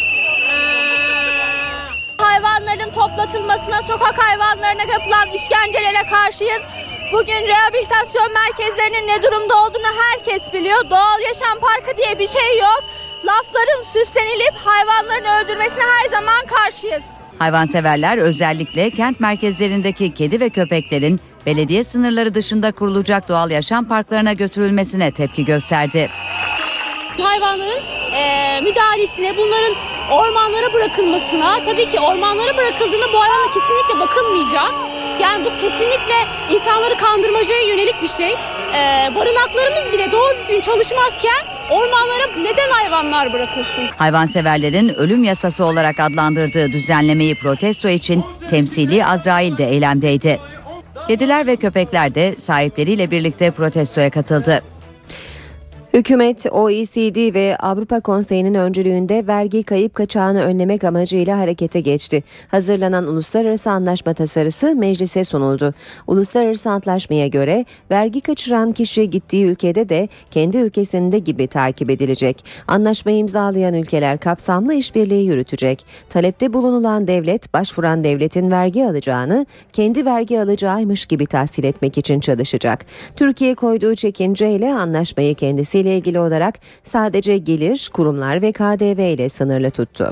Hayvanların toplatılmasına, sokak hayvanlarına yapılan işkencelere karşıyız. Bugün rehabilitasyon merkezlerinin ne durumda olduğunu herkes biliyor. Doğal Yaşam Parkı diye bir şey yok. Lafların süslenilip hayvanların öldürmesine her zaman karşıyız. Hayvanseverler özellikle kent merkezlerindeki kedi ve köpeklerin belediye sınırları dışında kurulacak doğal yaşam parklarına götürülmesine tepki gösterdi. Hayvanların e, müdahalesine, bunların ormanlara bırakılmasına, tabii ki ormanlara bırakıldığında bu hayvana kesinlikle bakılmayacak. Yani bu kesinlikle insanları kandırmacaya yönelik bir şey. E, barınaklarımız bile doğru düzgün çalışmazken ormanlara neden hayvanlar bırakılsın? Hayvanseverlerin ölüm yasası olarak adlandırdığı düzenlemeyi protesto için temsili Azrail de eylemdeydi. Kediler ve köpekler de sahipleriyle birlikte protestoya katıldı. Hükümet, O E C D ve Avrupa Konseyi'nin öncülüğünde vergi kayıp kaçağını önlemek amacıyla harekete geçti. Hazırlanan uluslararası anlaşma tasarısı meclise sunuldu. Uluslararası antlaşmaya göre vergi kaçıran kişi gittiği ülkede de kendi ülkesinde gibi takip edilecek. Anlaşmayı imzalayan ülkeler kapsamlı işbirliği yürütecek. Talepte bulunulan devlet, başvuran devletin vergi alacağını kendi vergi alacağıymış gibi tahsil etmek için çalışacak. Türkiye koyduğu çekinceyle anlaşmayı kendisiyle ile ilgili olarak sadece gelir, kurumlar ve K D V ile sınırlı tuttu.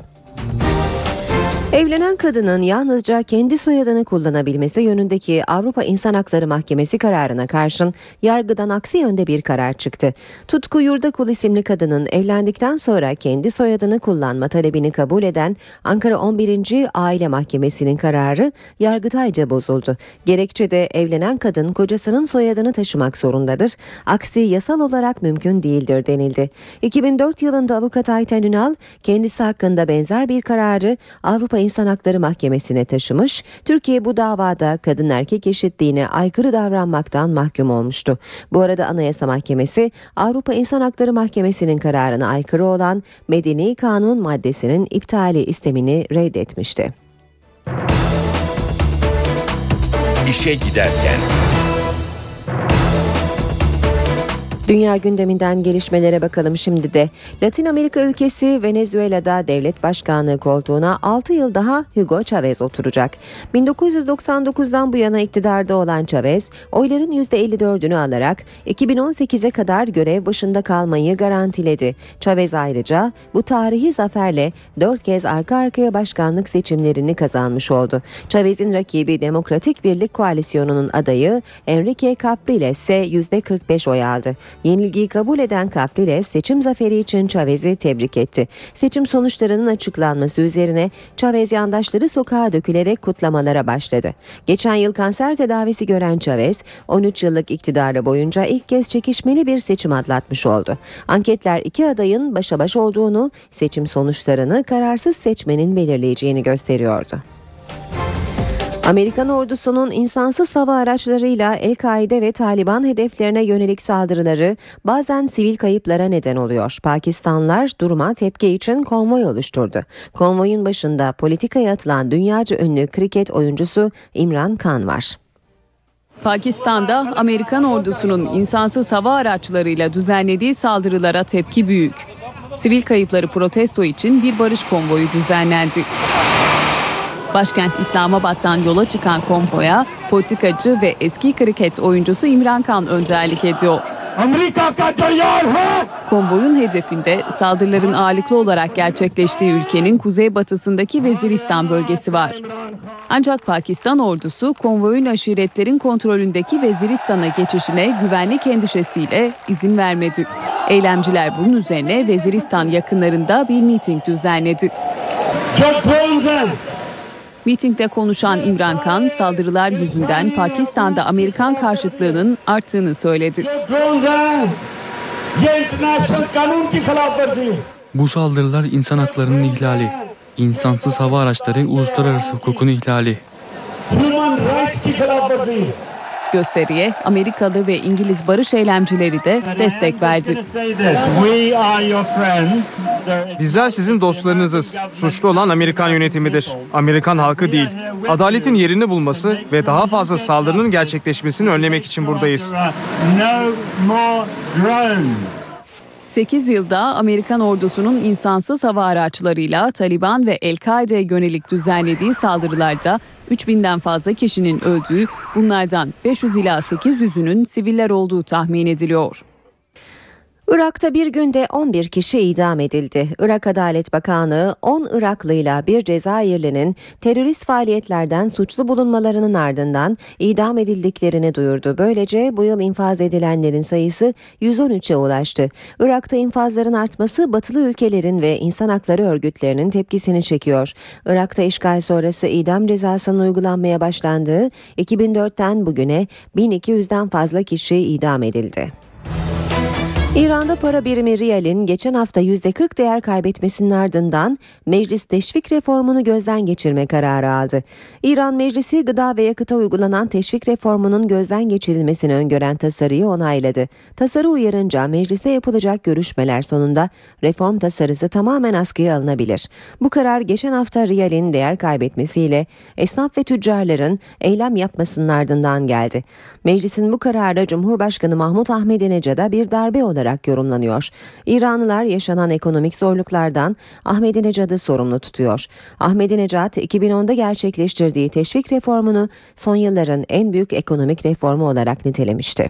Evlenen kadının yalnızca kendi soyadını kullanabilmesi yönündeki Avrupa İnsan Hakları Mahkemesi kararına karşın yargıdan aksi yönde bir karar çıktı. Tutku Yurdakul isimli kadının evlendikten sonra kendi soyadını kullanma talebini kabul eden Ankara on birinci Aile Mahkemesi'nin kararı yargıtayca bozuldu. Gerekçede evlenen kadın kocasının soyadını taşımak zorundadır. Aksi yasal olarak mümkün değildir denildi. iki bin dört yılında avukat Ayten Ünal kendisi hakkında benzer bir kararı Avrupa İnsan Hakları Mahkemesi'ne taşımış. Türkiye bu davada kadın erkek eşitliğine aykırı davranmaktan mahkum olmuştu. Bu arada Anayasa Mahkemesi Avrupa İnsan Hakları Mahkemesi'nin kararına aykırı olan Medeni Kanun maddesinin iptali istemini reddetmişti. İşe giderken. Dünya gündeminden gelişmelere bakalım şimdi de. Latin Amerika ülkesi Venezuela'da devlet başkanlığı koltuğuna altı yıl daha Hugo Chavez oturacak. bin dokuz yüz doksan dokuzdan bu yana iktidarda olan Chavez, oyların yüzde elli dördünü alarak iki bin on sekize kadar görev başında kalmayı garantiledi. Chavez ayrıca bu tarihi zaferle dört kez arka arkaya başkanlık seçimlerini kazanmış oldu. Chavez'in rakibi Demokratik Birlik Koalisyonu'nun adayı Enrique Capriles ise yüzde kırk beş oy aldı. Yenilgiyi kabul eden Capriles seçim zaferi için Chavez'i tebrik etti. Seçim sonuçlarının açıklanması üzerine Chavez yandaşları sokağa dökülerek kutlamalara başladı. Geçen yıl kanser tedavisi gören Chavez, on üç yıllık iktidarı boyunca ilk kez çekişmeli bir seçim atlatmış oldu. Anketler iki adayın başa baş olduğunu, seçim sonuçlarını kararsız seçmenin belirleyeceğini gösteriyordu. Amerikan ordusunun insansız hava araçlarıyla El-Kaide ve Taliban hedeflerine yönelik saldırıları bazen sivil kayıplara neden oluyor. Pakistanlılar duruma tepki için konvoy oluşturdu. Konvoyun başında politikaya atılan dünyaca ünlü kriket oyuncusu İmran Khan var. Pakistan'da Amerikan ordusunun insansız hava araçlarıyla düzenlediği saldırılara tepki büyük. Sivil kayıpları protesto için bir barış konvoyu düzenlendi. Başkent İslamabad'dan yola çıkan konvoya politikacı ve eski kriket oyuncusu İmran Khan önderlik ediyor. Konvoyun hedefinde saldırıların ağırlıklı olarak gerçekleştiği ülkenin kuzeybatısındaki Veziristan bölgesi var. Ancak Pakistan ordusu konvoyun aşiretlerin kontrolündeki Veziristan'a geçişine güvenlik endişesiyle izin vermedi. Eylemciler bunun üzerine Veziristan yakınlarında bir miting düzenledi. Mitingde konuşan İmran Khan, saldırılar yüzünden Pakistan'da Amerikan karşıtlığının arttığını söyledi. Bu saldırılar insan haklarının ihlali, insansız hava araçları uluslararası hukukun ihlali. Gösteriye Amerikalı ve İngiliz barış eylemcileri de destek verdi. Bizler sizin dostlarınızız. Suçlu olan Amerikan yönetimidir. Amerikan halkı değil. Adaletin yerini bulması ve daha fazla saldırının gerçekleşmesini önlemek için buradayız. sekiz yılda Amerikan ordusunun insansız hava araçlarıyla Taliban ve El-Kaide'ye yönelik düzenlediği saldırılarda üç binden fazla kişinin öldüğü, bunlardan beş yüz ila sekiz yüzünün siviller olduğu tahmin ediliyor. Irak'ta bir günde on bir kişi idam edildi. Irak Adalet Bakanlığı on Iraklıyla bir Cezayirlinin terörist faaliyetlerden suçlu bulunmalarının ardından idam edildiklerini duyurdu. Böylece bu yıl infaz edilenlerin sayısı yüz on üçe ulaştı. Irak'ta infazların artması batılı ülkelerin ve insan hakları örgütlerinin tepkisini çekiyor. Irak'ta işgal sonrası idam cezasının uygulanmaya başlandığı iki bin dörtten bugüne bin iki yüzden fazla kişi idam edildi. İran'da para birimi riyalin geçen hafta yüzde kırk değer kaybetmesinin ardından meclis teşvik reformunu gözden geçirme kararı aldı. İran Meclisi gıda ve yakıta uygulanan teşvik reformunun gözden geçirilmesini öngören tasarıyı onayladı. Tasarı uyarınca mecliste yapılacak görüşmeler sonunda reform tasarısı tamamen askıya alınabilir. Bu karar geçen hafta riyalin değer kaybetmesiyle esnaf ve tüccarların eylem yapmasının ardından geldi. Meclisin bu kararı Cumhurbaşkanı Mahmut Ahmedinecad'a bir darbe olarak yorumlanıyor. İranlılar yaşanan ekonomik zorluklardan Ahmedinecad'ı sorumlu tutuyor. Ahmedinecad iki bin onda gerçekleştirdiği teşvik reformunu son yılların en büyük ekonomik reformu olarak nitelemişti.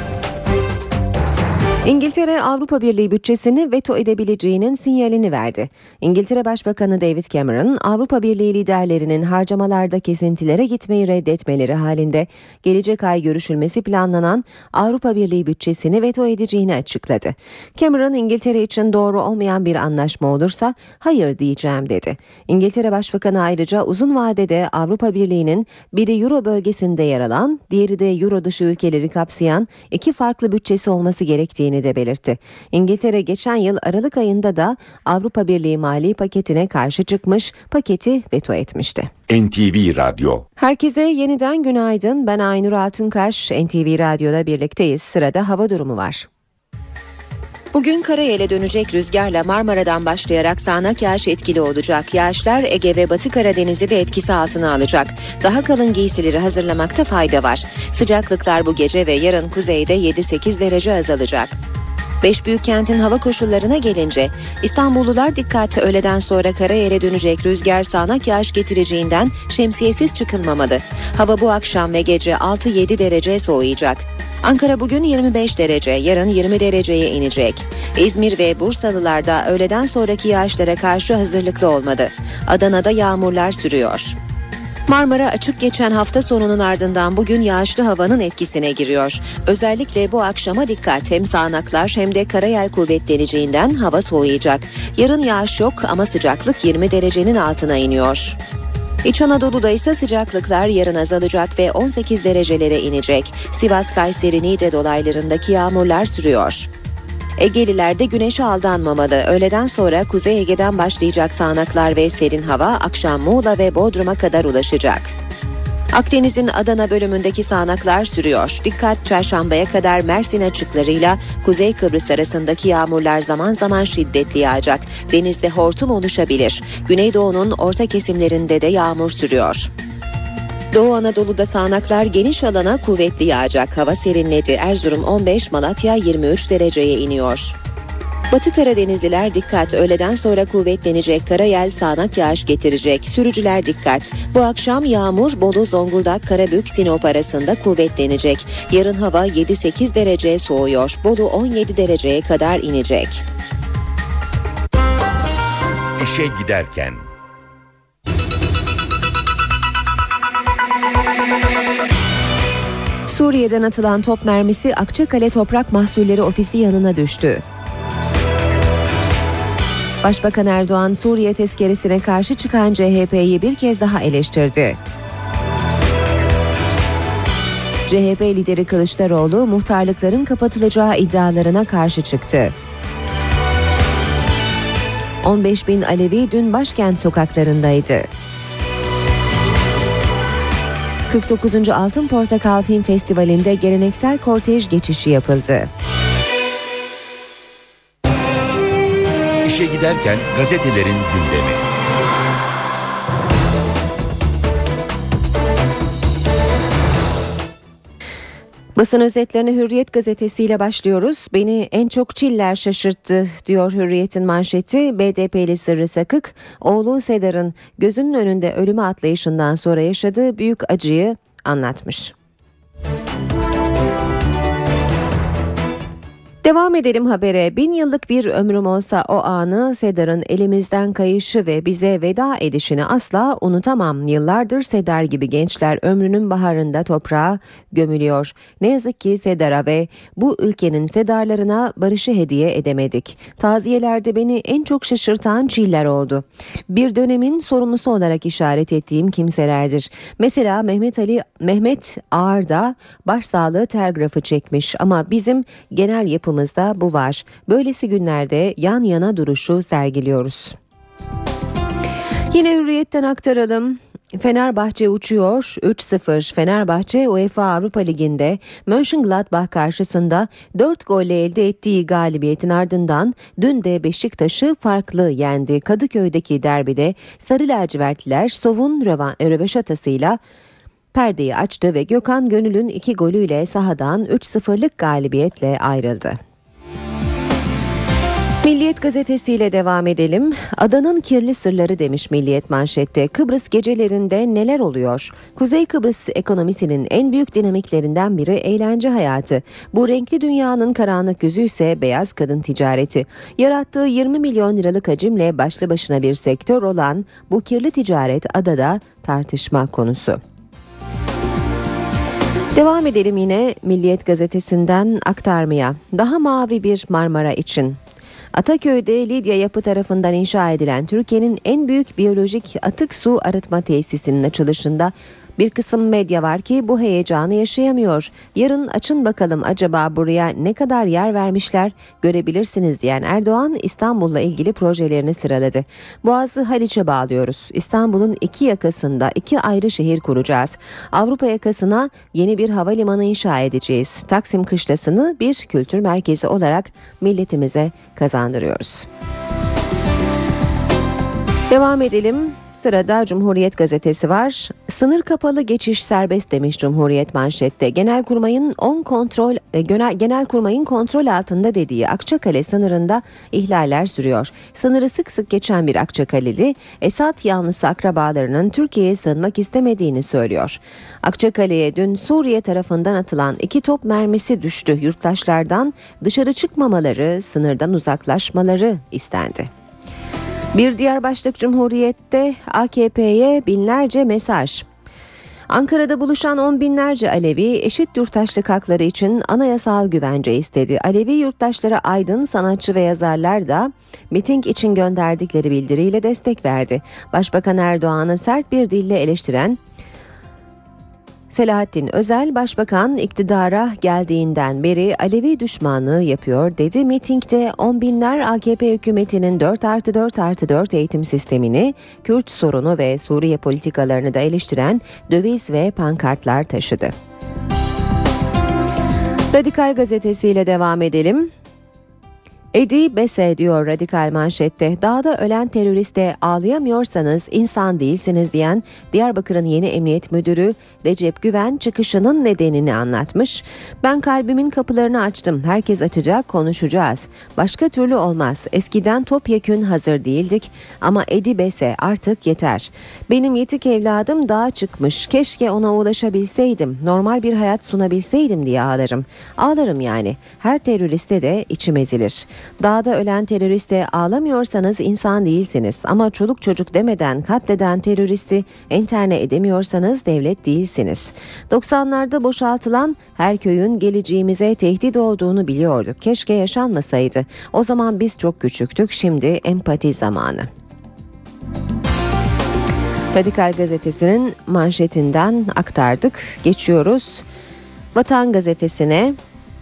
İngiltere Avrupa Birliği bütçesini veto edebileceğinin sinyalini verdi. İngiltere Başbakanı David Cameron, Avrupa Birliği liderlerinin harcamalarda kesintilere gitmeyi reddetmeleri halinde gelecek ay görüşülmesi planlanan Avrupa Birliği bütçesini veto edeceğini açıkladı. Cameron, İngiltere için doğru olmayan bir anlaşma olursa hayır diyeceğim dedi. İngiltere Başbakanı ayrıca uzun vadede Avrupa Birliği'nin biri Euro bölgesinde yer alan, diğeri de Euro dışı ülkeleri kapsayan iki farklı bütçesi olması gerektiğini de belirtti. İngiltere geçen yıl Aralık ayında da Avrupa Birliği mali paketine karşı çıkmış, paketi veto etmişti. N T V Radyo. Herkese yeniden günaydın. Ben Aynur Altunkaş. N T V Radyo'da birlikteyiz. Sırada hava durumu var. Bugün karayele dönecek rüzgarla Marmara'dan başlayarak sağanak yağış etkili olacak. Yağışlar Ege ve Batı Karadeniz'i de etkisi altına alacak. Daha kalın giysileri hazırlamakta fayda var. Sıcaklıklar bu gece ve yarın kuzeyde yedi sekiz derece azalacak. Beş büyük kentin hava koşullarına gelince İstanbullular dikkat, öğleden sonra karayele dönecek rüzgar sağanak yağış getireceğinden şemsiyesiz çıkılmamalı. Hava bu akşam ve gece altı yedi derece soğuyacak. Ankara bugün yirmi beş derece, yarın yirmi dereceye inecek. İzmir ve Bursalılar da öğleden sonraki yağışlara karşı hazırlıklı olmalı. Adana'da yağmurlar sürüyor. Marmara açık geçen hafta sonunun ardından bugün yağışlı havanın etkisine giriyor. Özellikle bu akşama dikkat, hem sağanaklar hem de karayel kuvvetleneceğinden hava soğuyacak. Yarın yağış yok ama sıcaklık yirmi derecenin altına iniyor. İç Anadolu'da ise sıcaklıklar yarın azalacak ve on sekiz derecelere inecek. Sivas, Kayseri, Niğde dolaylarındaki yağmurlar sürüyor. Ege'lilerde güneşe aldanmamalı. Öğleden sonra Kuzey Ege'den başlayacak sağanaklar ve serin hava akşam Muğla ve Bodrum'a kadar ulaşacak. Akdeniz'in Adana bölümündeki sağanaklar sürüyor. Dikkat, çarşambaya kadar Mersin açıklarıyla Kuzey Kıbrıs arasındaki yağmurlar zaman zaman şiddetli yağacak. Denizde hortum oluşabilir. Güneydoğu'nun orta kesimlerinde de yağmur sürüyor. Doğu Anadolu'da sağanaklar geniş alana kuvvetli yağacak. Hava serinledi. Erzurum on beş, Malatya yirmi üç dereceye iniyor. Batı Karadenizliler dikkat. Öğleden sonra kuvvetlenecek karayel sağanak yağış getirecek. Sürücüler dikkat. Bu akşam yağmur Bolu, Zonguldak, Karabük, Sinop arasında kuvvetlenecek. Yarın hava yedi sekiz derece soğuyor. Bolu on yedi dereceye kadar inecek. İşe giderken. Suriye'den atılan top mermisi Akçakale Toprak Mahsulleri Ofisi yanına düştü. Başbakan Erdoğan Suriye tezkeresine karşı çıkan C H P'yi bir kez daha eleştirdi. C H P lideri Kılıçdaroğlu muhtarlıkların kapatılacağı iddialarına karşı çıktı. on beş bin Alevi dün başkent sokaklarındaydı. kırk dokuzuncu Altın Portakal Film Festivali'nde geleneksel kortej geçişi yapıldı. İşe giderken gazetelerin gündemi. Basın özetlerine Hürriyet gazetesiyle başlıyoruz. Beni en çok Çiller şaşırttı diyor Hürriyet'in manşeti. B D P'li Sırrı Sakık, oğlu Sedar'ın gözünün önünde ölüme atlayışından sonra yaşadığı büyük acıyı anlatmış. Devam edelim habere. Bin yıllık bir ömrüm olsa o anı, Sedar'ın elimizden kayışı ve bize veda edişini asla unutamam. Yıllardır Sedar gibi gençler ömrünün baharında toprağa gömülüyor. Ne yazık ki Sedar'a ve bu ülkenin Sedarlarına barışı hediye edemedik. Taziyelerde beni en çok şaşırtan Çiller oldu. Bir dönemin sorumlusu olarak işaret ettiğim kimselerdir. Mesela Mehmet Ali Mehmet Ağar'da başsağlığı telgrafı çekmiş ama bizim genel yapımız bu var. Böylesi günlerde yan yana duruşu sergiliyoruz. Yine Hürriyet'ten aktaralım. Fenerbahçe uçuyor. üç sıfır. Fenerbahçe UEFA Avrupa Ligi'nde Mönchengladbach karşısında dört golle elde ettiği galibiyetin ardından dün de Beşiktaş'ı farklı yendi. Kadıköy'deki derbide Sarı Lacivertliler Sov'un röveşatasıyla perdeyi açtı ve Gökhan Gönül'ün iki golüyle sahadan üç sıfırlık galibiyetle ayrıldı. Milliyet gazetesiyle devam edelim. Adanın kirli sırları demiş Milliyet manşette. Kıbrıs gecelerinde neler oluyor? Kuzey Kıbrıs ekonomisinin en büyük dinamiklerinden biri eğlence hayatı. Bu renkli dünyanın karanlık yüzü ise beyaz kadın ticareti. Yarattığı yirmi milyon liralık hacimle başlı başına bir sektör olan bu kirli ticaret adada tartışma konusu. Devam edelim yine Milliyet gazetesinden aktarmaya. Daha mavi bir Marmara için. Ataköy'de Lidya Yapı tarafından inşa edilen Türkiye'nin en büyük biyolojik atık su arıtma tesisinin açılışında bir kısım medya var ki bu heyecanı yaşayamıyor. Yarın açın bakalım acaba buraya ne kadar yer vermişler görebilirsiniz diyen Erdoğan İstanbul'la ilgili projelerini sıraladı. Boğaz'ı Haliç'e bağlıyoruz. İstanbul'un iki yakasında iki ayrı şehir kuracağız. Avrupa yakasına yeni bir havalimanı inşa edeceğiz. Taksim Kışlası'nı bir kültür merkezi olarak milletimize kazandırıyoruz. Devam edelim. Sırada Cumhuriyet gazetesi var. Sınır kapalı, geçiş serbest demiş Cumhuriyet manşette. Genelkurmay'ın on kontrol genel Genelkurmay'ın kontrol altında dediği Akçakale sınırında ihlaller sürüyor. Sınırı sık sık geçen bir Akçakaleli Esad yanlısı akrabalarının Türkiye'ye sığınmak istemediğini söylüyor. Akçakale'ye dün Suriye tarafından atılan iki top mermisi düştü. Yurttaşlardan dışarı çıkmamaları, sınırdan uzaklaşmaları istendi. Bir diğer başlık Cumhuriyet'te A K P'ye binlerce mesaj. Ankara'da buluşan on binlerce Alevi eşit yurttaşlık hakları için anayasal güvence istedi. Alevi yurttaşlara aydın, sanatçı ve yazarlar da miting için gönderdikleri bildiriyle destek verdi. Başbakan Erdoğan'ı sert bir dille eleştiren Selahattin Özel, Başbakan iktidara geldiğinden beri Alevi düşmanlığı yapıyor dedi. Mitingde on binler A K P hükümetinin dört artı dört artı dört eğitim sistemini, Kürt sorunu ve Suriye politikalarını da eleştiren döviz ve pankartlar taşıdı. Radikal gazetesiyle devam edelim. Edi Bese diyor radikal manşette. Dağda ölen teröriste ağlayamıyorsanız insan değilsiniz diyen Diyarbakır'ın yeni emniyet müdürü Recep Güven çıkışının nedenini anlatmış. Ben kalbimin kapılarını açtım. Herkes açacak, konuşacağız. Başka türlü olmaz. Eskiden topyekün hazır değildik ama Edi Bese artık yeter. Benim yetik evladım dağa çıkmış. Keşke ona ulaşabilseydim. Normal bir hayat sunabilseydim diye ağlarım. Ağlarım yani. Her teröriste de içim ezilir. Dağda ölen teröriste ağlamıyorsanız insan değilsiniz ama çoluk çocuk demeden katleden teröristi enterne edemiyorsanız devlet değilsiniz. doksanlarda boşaltılan her köyün geleceğimize tehdit olduğunu biliyorduk. Keşke yaşanmasaydı. O zaman biz çok küçüktük. Şimdi empati zamanı. Radikal Gazetesi'nin manşetinden aktardık. Geçiyoruz Vatan Gazetesi'ne.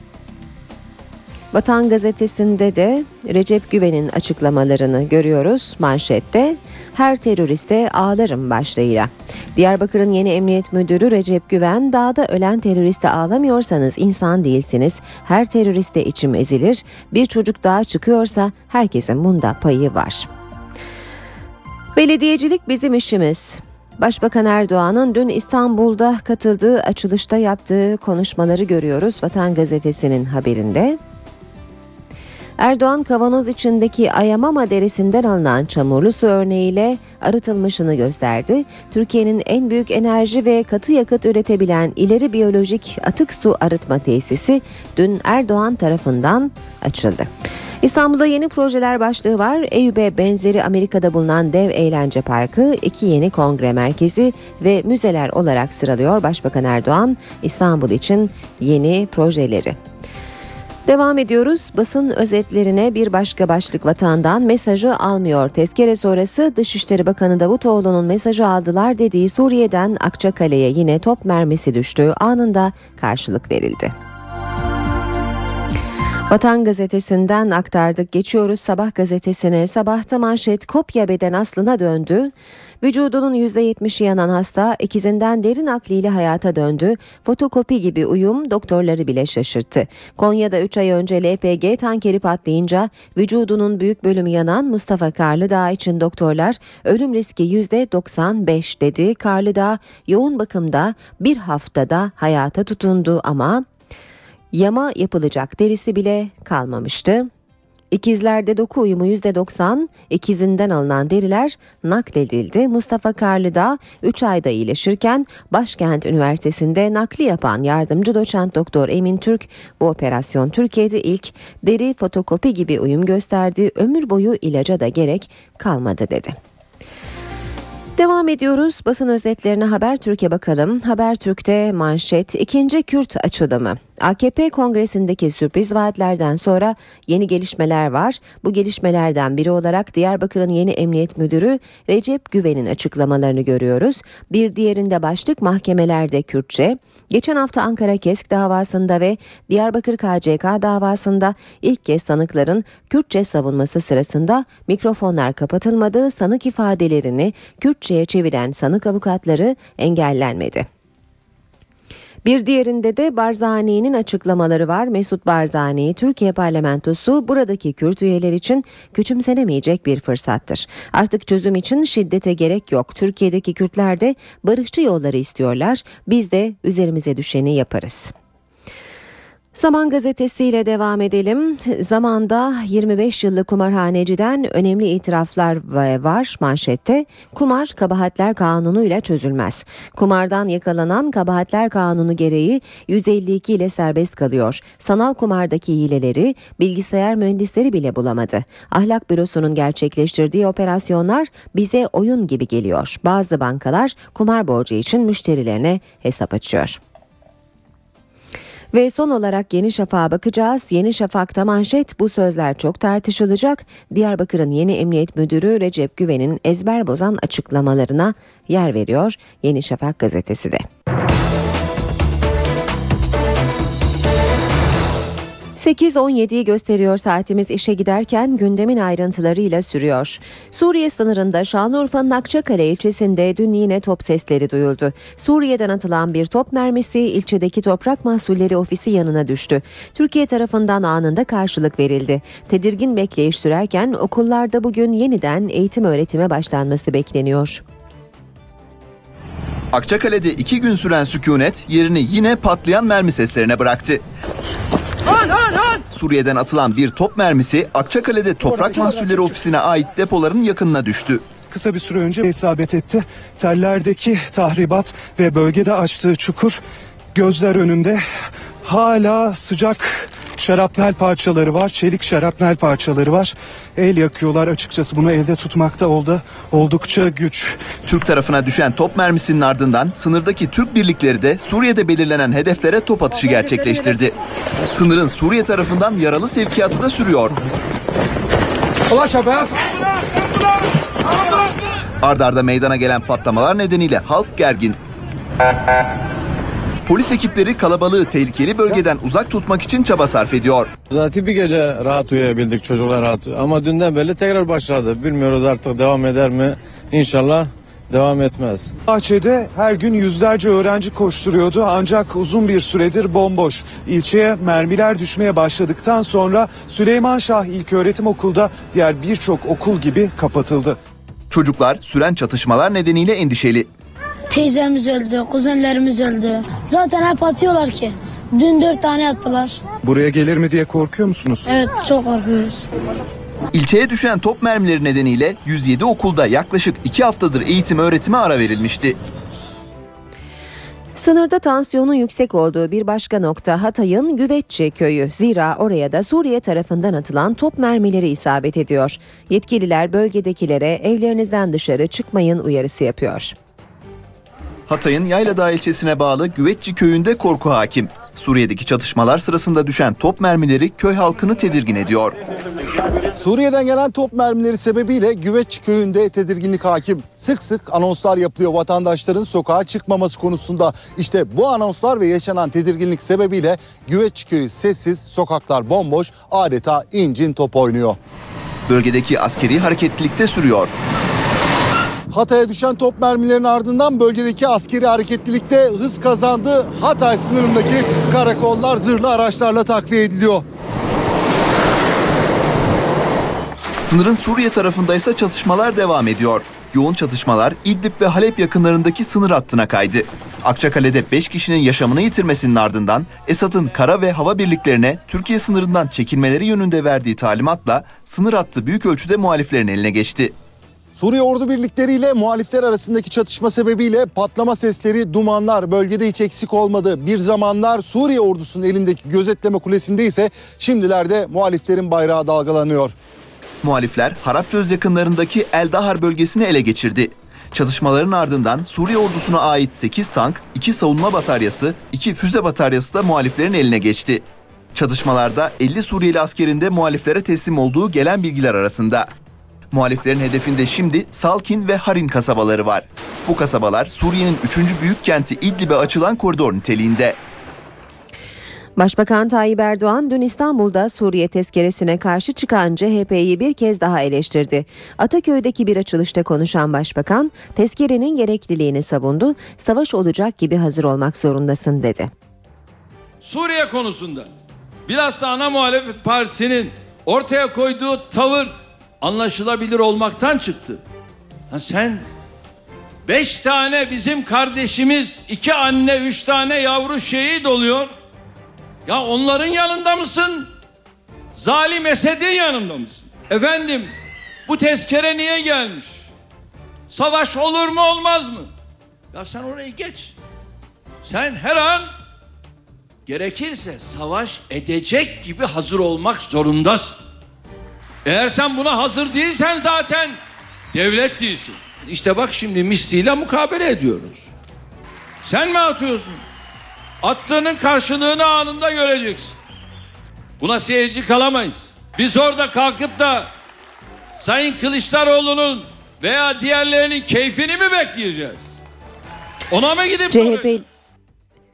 Vatan Gazetesi'nde de Recep Güven'in açıklamalarını görüyoruz manşette. Her teröriste ağlarım başlığıyla. Diyarbakır'ın yeni emniyet müdürü Recep Güven, dağda ölen teröriste ağlamıyorsanız insan değilsiniz. Her teröriste içim ezilir. Bir çocuk dağa çıkıyorsa herkesin bunda payı var. Belediyecilik bizim işimiz. Başbakan Erdoğan'ın dün İstanbul'da katıldığı açılışta yaptığı konuşmaları görüyoruz Vatan Gazetesi'nin haberinde. Erdoğan kavanoz içindeki Ayamama deresinden alınan çamurlu su örneğiyle arıtılmışını gösterdi. Türkiye'nin en büyük enerji ve katı yakıt üretebilen ileri biyolojik atık su arıtma tesisi dün Erdoğan tarafından açıldı. İstanbul'da yeni projeler başlığı var. Eyüp'e benzeri Amerika'da bulunan dev eğlence parkı, iki yeni kongre merkezi ve müzeler olarak sıralıyor Başbakan Erdoğan İstanbul için yeni projeleri. Devam ediyoruz. Basın özetlerine bir başka başlık Vatan'dan mesajı almıyor. Tezkere sonrası Dışişleri Bakanı Davutoğlu'nun mesajı aldılar dediği Suriye'den Akçakale'ye yine top mermisi düştü. Anında karşılık verildi. Vatan Gazetesi'nden aktardık. Geçiyoruz Sabah gazetesine. Sabahta manşet kopya beden aslına döndü. Vücudunun yüzde yetmişi yanan hasta ikizinden derin nakliyle hayata döndü. Fotokopi gibi uyum doktorları bile şaşırttı. Konya'da üç ay önce L P G tankeri patlayınca vücudunun büyük bölümü yanan Mustafa Karlıdağ için doktorlar ölüm riski yüzde doksan beş dedi. Karlıdağ yoğun bakımda bir haftada hayata tutundu ama yama yapılacak derisi bile kalmamıştı. İkizlerde doku uyumu yüzde doksan, ikizinden alınan deriler nakledildi. Mustafa Karlıdağ üç ayda iyileşirken Başkent Üniversitesi'nde nakli yapan yardımcı doçent doktor Emin Türk, bu operasyon Türkiye'de ilk, deri fotokopi gibi uyum gösterdi, ömür boyu ilaca da gerek kalmadı dedi. Devam ediyoruz basın özetlerine. Habertürk'e bakalım. Habertürk'te manşet ikinci Kürt açılımı. A K P kongresindeki sürpriz vaatlerden sonra yeni gelişmeler var. Bu gelişmelerden biri olarak Diyarbakır'ın yeni emniyet müdürü Recep Güven'in açıklamalarını görüyoruz. Bir diğerinde başlık mahkemelerde Kürtçe. Geçen hafta Ankara KESK davasında ve Diyarbakır K C K davasında ilk kez sanıkların Kürtçe savunması sırasında mikrofonlar kapatılmadı, sanık ifadelerini Kürtçe'ye çeviren sanık avukatları engellenmedi. Bir diğerinde de Barzani'nin açıklamaları var. Mesut Barzani, Türkiye Parlamentosu buradaki Kürt üyeler için küçümsenemeyecek bir fırsattır. Artık çözüm için şiddete gerek yok. Türkiye'deki Kürtler de barışçı yolları istiyorlar. Biz de üzerimize düşeni yaparız. Zaman gazetesiyle devam edelim. Zaman'da yirmi beş yıllık kumarhaneciden önemli itiraflar var manşette. Kumar kabahatler kanunuyla çözülmez. Kumardan yakalanan kabahatler kanunu gereği yüz elli iki ile serbest kalıyor. Sanal kumardaki hileleri bilgisayar mühendisleri bile bulamadı. Ahlak Bürosu'nun gerçekleştirdiği operasyonlar bize oyun gibi geliyor. Bazı bankalar kumar borcu için müşterilerine hesap açıyor. Ve son olarak Yeni Şafak'a bakacağız. Yeni Şafak'ta manşet bu sözler çok tartışılacak. Diyarbakır'ın yeni emniyet müdürü Recep Güven'in ezber bozan açıklamalarına yer veriyor Yeni Şafak gazetesi de. sekiz on yediyi gösteriyor saatimiz. İşe giderken gündemin ayrıntılarıyla sürüyor. Suriye sınırında Şanlıurfa'nın Akçakale ilçesinde dün yine top sesleri duyuldu. Suriye'den atılan bir top mermisi ilçedeki Toprak Mahsulleri Ofisi yanına düştü. Türkiye tarafından anında karşılık verildi. Tedirgin bekleyiş sürerken okullarda bugün yeniden eğitim öğretime başlanması bekleniyor. Akçakale'de iki gün süren sükunet yerini yine patlayan mermi seslerine bıraktı. Suriye'den atılan bir top mermisi Akçakale'de Toprak Mahsulleri Ofisi'ne ait depoların yakınına düştü. Kısa bir süre önce isabet etti. Tellerdeki tahribat ve bölgede açtığı çukur gözler önünde. Hala sıcak şarapnel parçaları var, çelik şarapnel parçaları var. El yakıyorlar, açıkçası bunu elde tutmakta oldu oldukça güç. Türk tarafına düşen top mermisinin ardından sınırdaki Türk birlikleri de Suriye'de belirlenen hedeflere top atışı gerçekleştirdi. Sınırın Suriye tarafından yaralı sevkiyatı da sürüyor. Ard arda meydana gelen patlamalar nedeniyle halk gergin. Polis ekipleri kalabalığı tehlikeli bölgeden uzak tutmak için çaba sarf ediyor. Zaten bir gece rahat uyuyabildik, çocuklar rahat. Ama dünden beri tekrar başladı. Bilmiyoruz artık devam eder mi? İnşallah devam etmez. Bahçede her gün yüzlerce öğrenci koşturuyordu ancak uzun bir süredir bomboş. İlçeye mermiler düşmeye başladıktan sonra Süleymanşah İlköğretim Okulu'da diğer birçok okul gibi kapatıldı. Çocuklar süren çatışmalar nedeniyle endişeli. Teyzemiz öldü, kuzenlerimiz öldü. Zaten hep atıyorlar ki. Dün dört tane attılar. Buraya gelir mi diye korkuyor musunuz? Evet, çok korkuyoruz. İlçeye düşen top mermileri nedeniyle yüz yedi okulda yaklaşık iki haftadır eğitim öğretime ara verilmişti. Sınırda tansiyonun yüksek olduğu bir başka nokta Hatay'ın Güveççi köyü. Zira oraya da Suriye tarafından atılan top mermileri isabet ediyor. Yetkililer bölgedekilere evlerinizden dışarı çıkmayın uyarısı yapıyor. Hatay'ın Yayladağ ilçesine bağlı Güveççi köyünde korku hakim. Suriye'deki çatışmalar sırasında düşen top mermileri köy halkını tedirgin ediyor. Suriye'den gelen top mermileri sebebiyle Güveççi köyünde tedirginlik hakim. Sık sık anonslar yapılıyor vatandaşların sokağa çıkmaması konusunda. İşte bu anonslar ve yaşanan tedirginlik sebebiyle Güveççi köyü sessiz, sokaklar bomboş, adeta incin top oynuyor. Bölgedeki askeri hareketlilik de sürüyor. Hatay'a düşen top mermilerinin ardından bölgedeki askeri hareketlilikte hız kazandı. Hatay sınırındaki karakollar zırhlı araçlarla takviye ediliyor. Sınırın Suriye tarafındaysa çatışmalar devam ediyor. Yoğun çatışmalar İdlib ve Halep yakınlarındaki sınır hattına kaydı. Akçakale'de beş kişinin yaşamını yitirmesinin ardından Esad'ın kara ve hava birliklerine Türkiye sınırından çekilmeleri yönünde verdiği talimatla sınır hattı büyük ölçüde muhaliflerin eline geçti. Suriye ordu birlikleriyle muhalifler arasındaki çatışma sebebiyle patlama sesleri, dumanlar bölgede hiç eksik olmadı. Bir zamanlar Suriye ordusunun elindeki gözetleme kulesinde ise şimdilerde muhaliflerin bayrağı dalgalanıyor. Muhalifler Harapçöz yakınlarındaki Eldahar bölgesini ele geçirdi. Çatışmaların ardından Suriye ordusuna ait sekiz tank, iki savunma bataryası, iki füze bataryası da muhaliflerin eline geçti. Çatışmalarda elli Suriyeli askerin de muhaliflere teslim olduğu gelen bilgiler arasında. Muhaliflerin hedefinde şimdi Salkin ve Harin kasabaları var. Bu kasabalar Suriye'nin üçüncü büyük kenti İdlib'e açılan koridor niteliğinde. Başbakan Tayyip Erdoğan dün İstanbul'da Suriye tezkeresine karşı çıkan C H P'yi bir kez daha eleştirdi. Ataköy'deki bir açılışta konuşan başbakan, tezkerenin gerekliliğini savundu, savaş olacak gibi hazır olmak zorundasın dedi. Suriye konusunda bilhassa ana muhalefet partisinin ortaya koyduğu tavır anlaşılabilir olmaktan çıktı. Ha sen beş tane bizim kardeşimiz, iki anne, üç tane yavru şehit oluyor. Ya onların yanında mısın? Zalim Esed'in yanında mısın? Efendim bu tezkere niye gelmiş? Savaş olur mu olmaz mı? Ya sen orayı geç. Sen her an gerekirse savaş edecek gibi hazır olmak zorundasın. Eğer sen buna hazır değilsen zaten devlet değilsin. İşte bak şimdi misliyle mukabele ediyoruz. Sen mi atıyorsun? Attığının karşılığını anında göreceksin. Buna seyirci kalamayız. Biz orada kalkıp da Sayın Kılıçdaroğlu'nun veya diğerlerinin keyfini mi bekleyeceğiz? Ona mı gidip C H P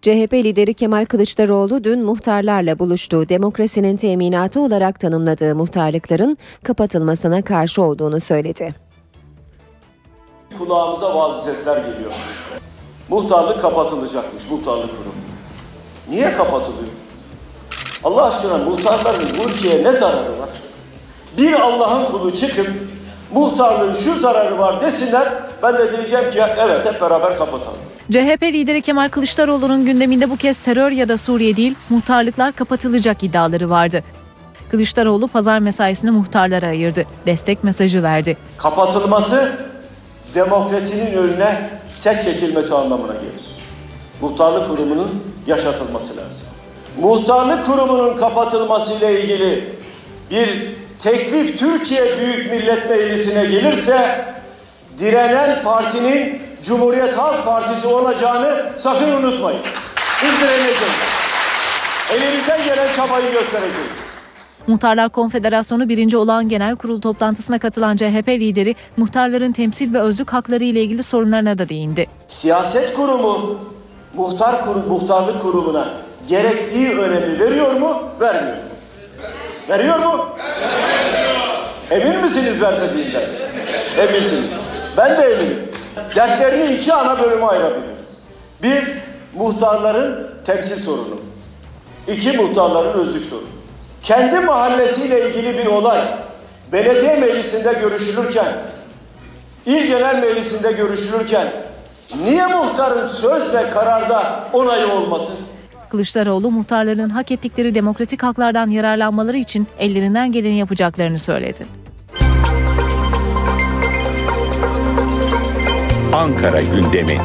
C H P lideri Kemal Kılıçdaroğlu dün muhtarlarla buluştu. Demokrasinin teminatı olarak tanımladığı muhtarlıkların kapatılmasına karşı olduğunu söyledi. Kulağımıza bazı sesler geliyor. Muhtarlık kapatılacakmış, muhtarlık kurumu. Niye kapatılıyor? Allah aşkına muhtarların bu ülkeye ne zararı var? Bir Allah'ın kulu çıkıp muhtarlığın şu zararı var desinler, ben de diyeceğim ki evet hep beraber kapatalım. C H P lideri Kemal Kılıçdaroğlu'nun gündeminde bu kez terör ya da Suriye değil, muhtarlıklar kapatılacak iddiaları vardı. Kılıçdaroğlu pazar mesaisini muhtarlara ayırdı. Destek mesajı verdi. Kapatılması demokrasinin önüne set çekilmesi anlamına gelir. Muhtarlık kurumunun yaşatılması lazım. Muhtarlık kurumunun kapatılması ile ilgili bir teklif Türkiye Büyük Millet Meclisi'ne gelirse direnen partinin Cumhuriyet Halk Partisi olacağını sakın unutmayın. Biz direneceğiz. Elimizden gelen çabayı göstereceğiz. Muhtarlar Konfederasyonu birinci Olağan Genel Kurulu toplantısına katılan C H P lideri muhtarların temsil ve özlük hakları ile ilgili sorunlarına da değindi. Siyaset kurumu muhtar kurum, muhtarlık kurumuna gerektiği önemi veriyor mu, vermiyor mu? Veriyor mu? Emin misiniz vermediğinden? Eminsiniz. Ben de eminim. Dertlerini iki ana bölüme ayırabiliriz. Bir, muhtarların temsil sorunu. İki, muhtarların özlük sorunu. Kendi mahallesiyle ilgili bir olay belediye meclisinde görüşülürken, il genel meclisinde görüşülürken niye muhtarın söz ve kararda onayı olmasın? Kılıçdaroğlu muhtarların hak ettikleri demokratik haklardan yararlanmaları için ellerinden geleni yapacaklarını söyledi. Ankara gündemi.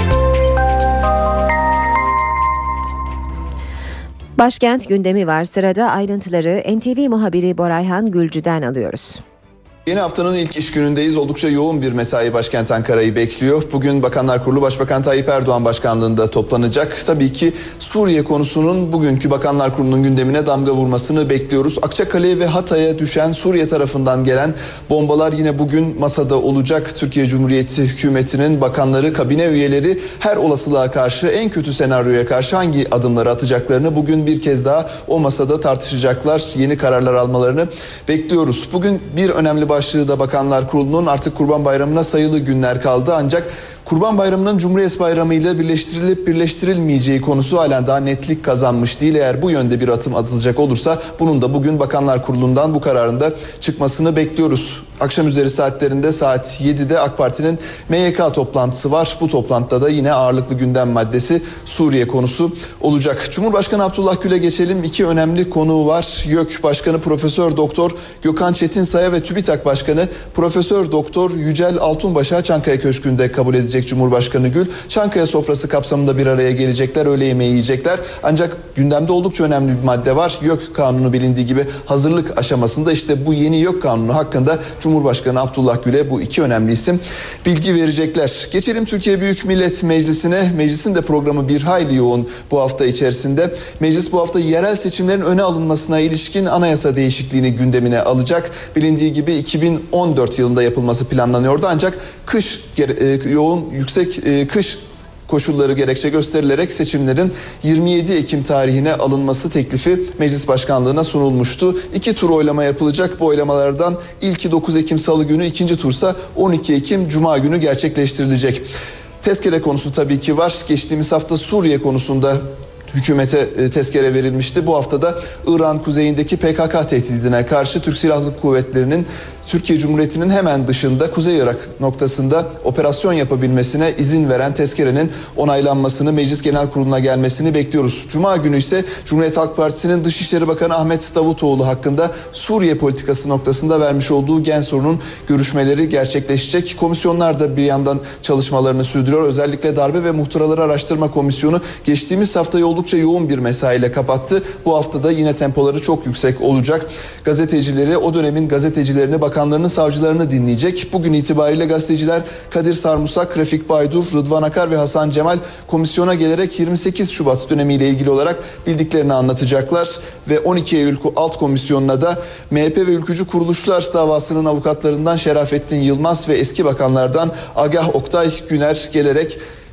Başkent gündemi var. Sırada ayrıntıları N T V muhabiri Borayhan Gülcü'den alıyoruz. Yeni haftanın ilk iş günündeyiz. Oldukça yoğun bir mesai başkent Ankara'yı bekliyor. Bugün Bakanlar Kurulu Başbakan Tayyip Erdoğan başkanlığında toplanacak. Tabii ki Suriye konusunun bugünkü Bakanlar Kurulu'nun gündemine damga vurmasını bekliyoruz. Akçakale ve Hatay'a düşen Suriye tarafından gelen bombalar yine bugün masada olacak. Türkiye Cumhuriyeti hükümetinin bakanları, kabine üyeleri her olasılığa karşı, en kötü senaryoya karşı hangi adımları atacaklarını bugün bir kez daha o masada tartışacaklar. Yeni kararlar almalarını bekliyoruz. Bugün bir önemli başlığı da Bakanlar Kurulu'nun artık Kurban Bayramı'na sayılı günler kaldı. Ancak Kurban Bayramı'nın Cumhuriyet Bayramı ile birleştirilip birleştirilmeyeceği konusu halen daha netlik kazanmış değil. Eğer bu yönde bir atım atılacak olursa bunun da bugün Bakanlar Kurulu'ndan bu kararın da çıkmasını bekliyoruz. Akşam üzeri saatlerinde saat yedide AK Parti'nin M Y K toplantısı var. Bu toplantıda da yine ağırlıklı gündem maddesi Suriye konusu olacak. Cumhurbaşkanı Abdullah Gül'e geçelim. İki önemli konuğu var. YÖK Başkanı Profesör Doktor Gökhan Çetinsay'a ve TÜBİTAK Başkanı Profesör Doktor Yücel Altunbaş'a Çankaya Köşkü'nde kabul edecek Cumhurbaşkanı Gül. Çankaya sofrası kapsamında bir araya gelecekler, öğle yemeği yiyecekler. Ancak gündemde oldukça önemli bir madde var. YÖK kanunu bilindiği gibi hazırlık aşamasında. İşte bu yeni YÖK kanunu hakkında Cumhurbaşkanı Abdullah Gül'e bu iki önemli isim bilgi verecekler. Geçelim Türkiye Büyük Millet Meclisi'ne. Meclisin de programı bir hayli yoğun bu hafta içerisinde. Meclis bu hafta yerel seçimlerin öne alınmasına ilişkin anayasa değişikliğini gündemine alacak. Bilindiği gibi iki bin on dört yılında yapılması planlanıyordu. Ancak kış yoğun yüksek kış koşulları gerekçe gösterilerek seçimlerin yirmi yedi Ekim tarihine alınması teklifi Meclis Başkanlığı'na sunulmuştu. İki tur oylama yapılacak. Bu oylamalardan ilki dokuz Ekim Salı günü, ikinci tursa on iki Ekim Cuma günü gerçekleştirilecek. Tezkere konusu tabii ki var. Geçtiğimiz hafta Suriye konusunda hükümete tezkere verilmişti. Bu hafta da İran kuzeyindeki P K K tehdidine karşı Türk Silahlı Kuvvetleri'nin Türkiye Cumhuriyeti'nin hemen dışında Kuzey Irak noktasında operasyon yapabilmesine izin veren tezkerenin onaylanmasını, Meclis Genel Kurulu'na gelmesini bekliyoruz. Cuma günü ise Cumhuriyet Halk Partisi'nin Dışişleri Bakanı Ahmet Davutoğlu hakkında Suriye politikası noktasında vermiş olduğu gen sorunun görüşmeleri gerçekleşecek. Komisyonlar da bir yandan çalışmalarını sürdürüyor. Özellikle Darbe ve Muhtıraları Araştırma Komisyonu geçtiğimiz haftayı oldukça yoğun bir mesaiyle kapattı. Bu hafta da yine tempoları çok yüksek olacak. Gazetecileri, o dönemin gazetecilerini, bakanlarının, savcılarını dinleyecek. Bugün itibariyle gazeteciler Kadir Sarmuşak, Refik Baydur, Rıdvan Akar ve Hasan Cemal komisyona gelerek yirmi sekiz Şubat dönemiyle ilgili olarak bildiklerini anlatacaklar. Ve on iki Eylül Alt Komisyonu'na da M H P ve ülkücü kuruluşlar davasının avukatlarından Şerafettin Yılmaz ve eski bakanlardan Agah Oktay Güner gelerek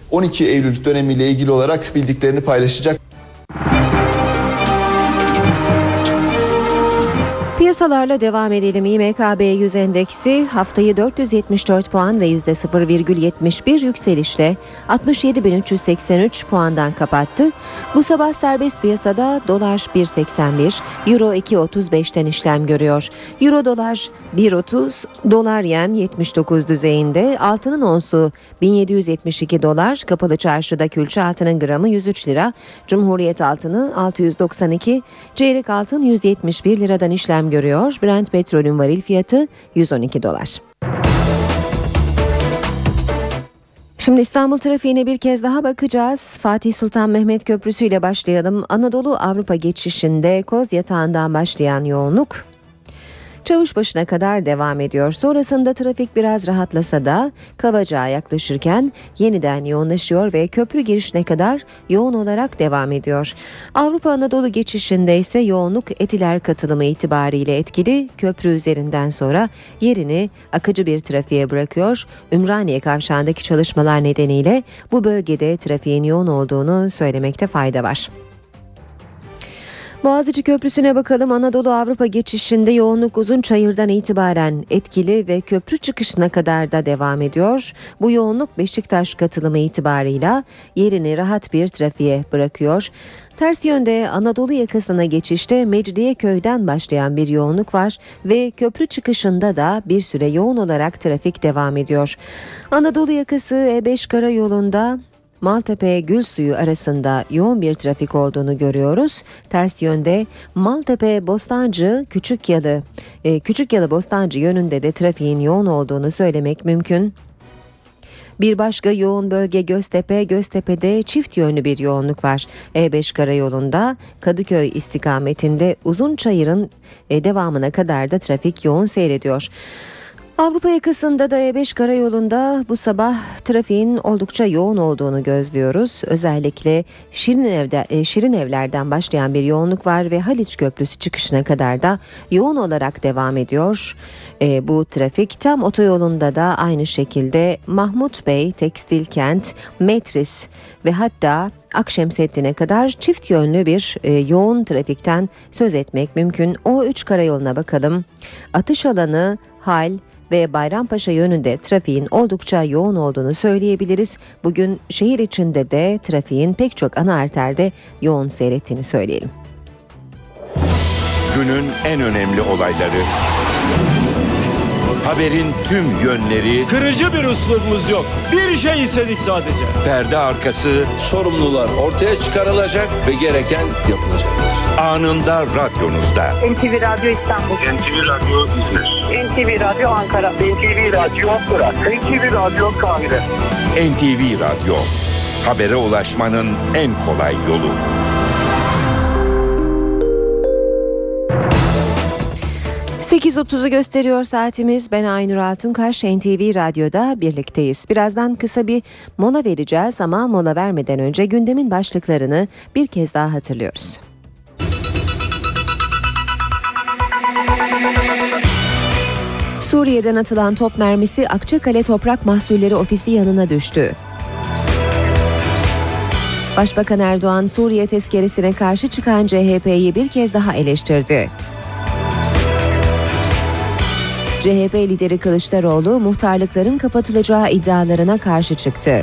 on iki Eylül dönemiyle ilgili olarak bildiklerini paylaşacak. Piyasalarla devam edelim. İ M K B yüz endeksi haftayı dört yüz yetmiş dört puan ve yüzde sıfır virgül yetmiş bir yükselişle altmış yedi bin üç yüz seksen üç puandan kapattı. Bu sabah serbest piyasada dolar bir seksen bir, euro iki otuz beşten işlem görüyor. Euro dolar bir otuz, dolar yen yetmiş dokuz düzeyinde, altının onsu bin yedi yüz yetmiş iki dolar, kapalı çarşıda külçe altının gramı yüz üç lira, Cumhuriyet altını altı yüz doksan iki, çeyrek altın yüz yetmiş bir liradan işlem görüyor. Brent petrolün varil fiyatı yüz on iki dolar. Şimdi İstanbul trafiğine bir kez daha bakacağız. Fatih Sultan Mehmet Köprüsü ile başlayalım. Anadolu Avrupa geçişinde Kozyatağı'ndan başlayan yoğunluk Çavuşbaşı'na kadar devam ediyor. Sonrasında trafik biraz rahatlasa da Kavacık'a yaklaşırken yeniden yoğunlaşıyor ve köprü girişine kadar yoğun olarak devam ediyor. Avrupa Anadolu geçişinde ise yoğunluk Etiler katılımı itibariyle etkili. Köprü üzerinden sonra yerini akıcı bir trafiğe bırakıyor. Ümraniye kavşağındaki çalışmalar nedeniyle bu bölgede trafiğin yoğun olduğunu söylemekte fayda var. Boğaziçi Köprüsü'ne bakalım. Anadolu Avrupa geçişinde yoğunluk Uzunçayır'dan itibaren etkili ve köprü çıkışına kadar da devam ediyor. Bu yoğunluk Beşiktaş katılımı itibarıyla yerini rahat bir trafiğe bırakıyor. Ters yönde Anadolu yakasına geçişte Mecidiyeköy'den başlayan bir yoğunluk var ve köprü çıkışında da bir süre yoğun olarak trafik devam ediyor. Anadolu yakası E beş karayolunda Maltepe Gülsuyu arasında yoğun bir trafik olduğunu görüyoruz. Ters yönde Maltepe Bostancı Küçükyalı e, Küçükyalı Bostancı yönünde de trafiğin yoğun olduğunu söylemek mümkün. Bir başka yoğun bölge Göztepe. Göztepe'de çift yönlü bir yoğunluk var. E beş karayolunda Kadıköy istikametinde Uzunçayır'ın e, devamına kadar da trafik yoğun seyrediyor. Avrupa yakasında da E beş karayolunda bu sabah trafiğin oldukça yoğun olduğunu gözlüyoruz. Özellikle Şirinev'de, Şirinevler'den başlayan bir yoğunluk var ve Haliç Köprüsü çıkışına kadar da yoğun olarak devam ediyor. E, bu trafik tam otoyolunda da aynı şekilde Mahmut Bey, Tekstilkent, Metris ve hatta Akşemseddin'e kadar çift yönlü bir e, yoğun trafikten söz etmek mümkün. O üç karayoluna bakalım. Atış alanı, Hal ve Bayrampaşa yönünde trafiğin oldukça yoğun olduğunu söyleyebiliriz. Bugün şehir içinde de trafiğin pek çok ana arterde yoğun seyrettiğini söyleyelim. Günün en önemli olayları, haberin tüm yönleri, Kırıcı bir üslubumuz yok. Bir şey istedik sadece. perde arkası, Sorumlular ortaya çıkarılacak ve gereken yapılacaktır. anında radyonuzda. N T V Radyo İstanbul. N T V Radyo İzmir. N T V Radyo Ankara. N T V Radyo Irak. N T V Radyo Kahire. N T V Radyo, habere ulaşmanın en kolay yolu. sekiz otuzu gösteriyor saatimiz. Ben Aynur Altunkaş, N T V Radyo'da birlikteyiz. Birazdan kısa bir mola vereceğiz ama mola vermeden önce gündemin başlıklarını bir kez daha hatırlıyoruz. Suriye'den atılan top mermisi Akçakale Toprak Mahsulleri Ofisi yanına düştü. Başbakan Erdoğan Suriye tezkeresine karşı çıkan C H P'yi bir kez daha eleştirdi. C H P lideri Kılıçdaroğlu muhtarlıkların kapatılacağı iddialarına karşı çıktı.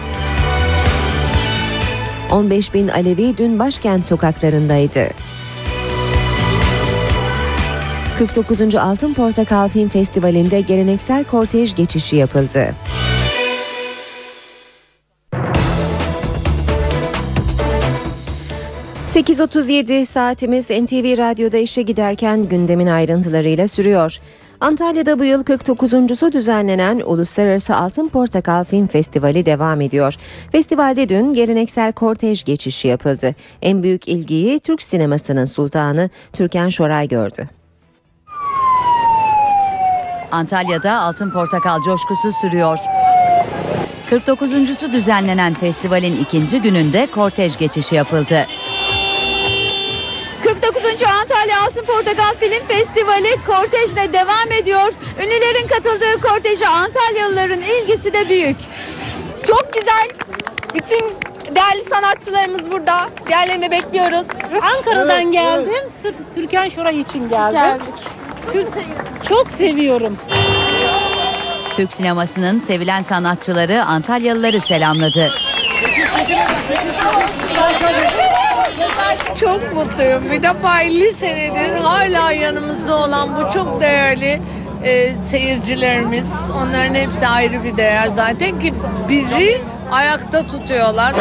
on beş bin Alevi dün başkent sokaklarındaydı. kırk dokuzuncu Altın Portakal Film Festivali'nde geleneksel kortej geçişi yapıldı. sekiz otuz yedi saatimiz. N T V Radyo'da işe giderken gündemin ayrıntılarıyla sürüyor. Antalya'da bu yıl kırk dokuzuncusu düzenlenen Uluslararası Altın Portakal Film Festivali devam ediyor. Festivalde dün geleneksel kortej geçişi yapıldı. En büyük ilgiyi Türk sinemasının sultanı Türkan Şoray gördü. Antalya'da Altın Portakal coşkusu sürüyor. kırk dokuzuncusu düzenlenen festivalin ikinci gününde kortej geçişi yapıldı. kırk dokuzuncu Antalya Altın Portakal Film Festivali kortejle devam ediyor. Ünlülerin katıldığı korteje Antalyalıların ilgisi de büyük. Çok güzel. Bütün değerli sanatçılarımız burada. Diğerlerini de bekliyoruz. Ankara'dan evet, geldim. Evet. Sırf Türkan Şoray için geldim. Geldik. Çok seviyorum. Türk sinemasının sevilen sanatçıları Antalyalıları selamladı. Çok mutluyum. Bir defa elli senedir hala yanımızda olan bu çok değerli e, seyircilerimiz. Onların hepsi ayrı bir değer zaten ki bizi ayakta tutuyorlar.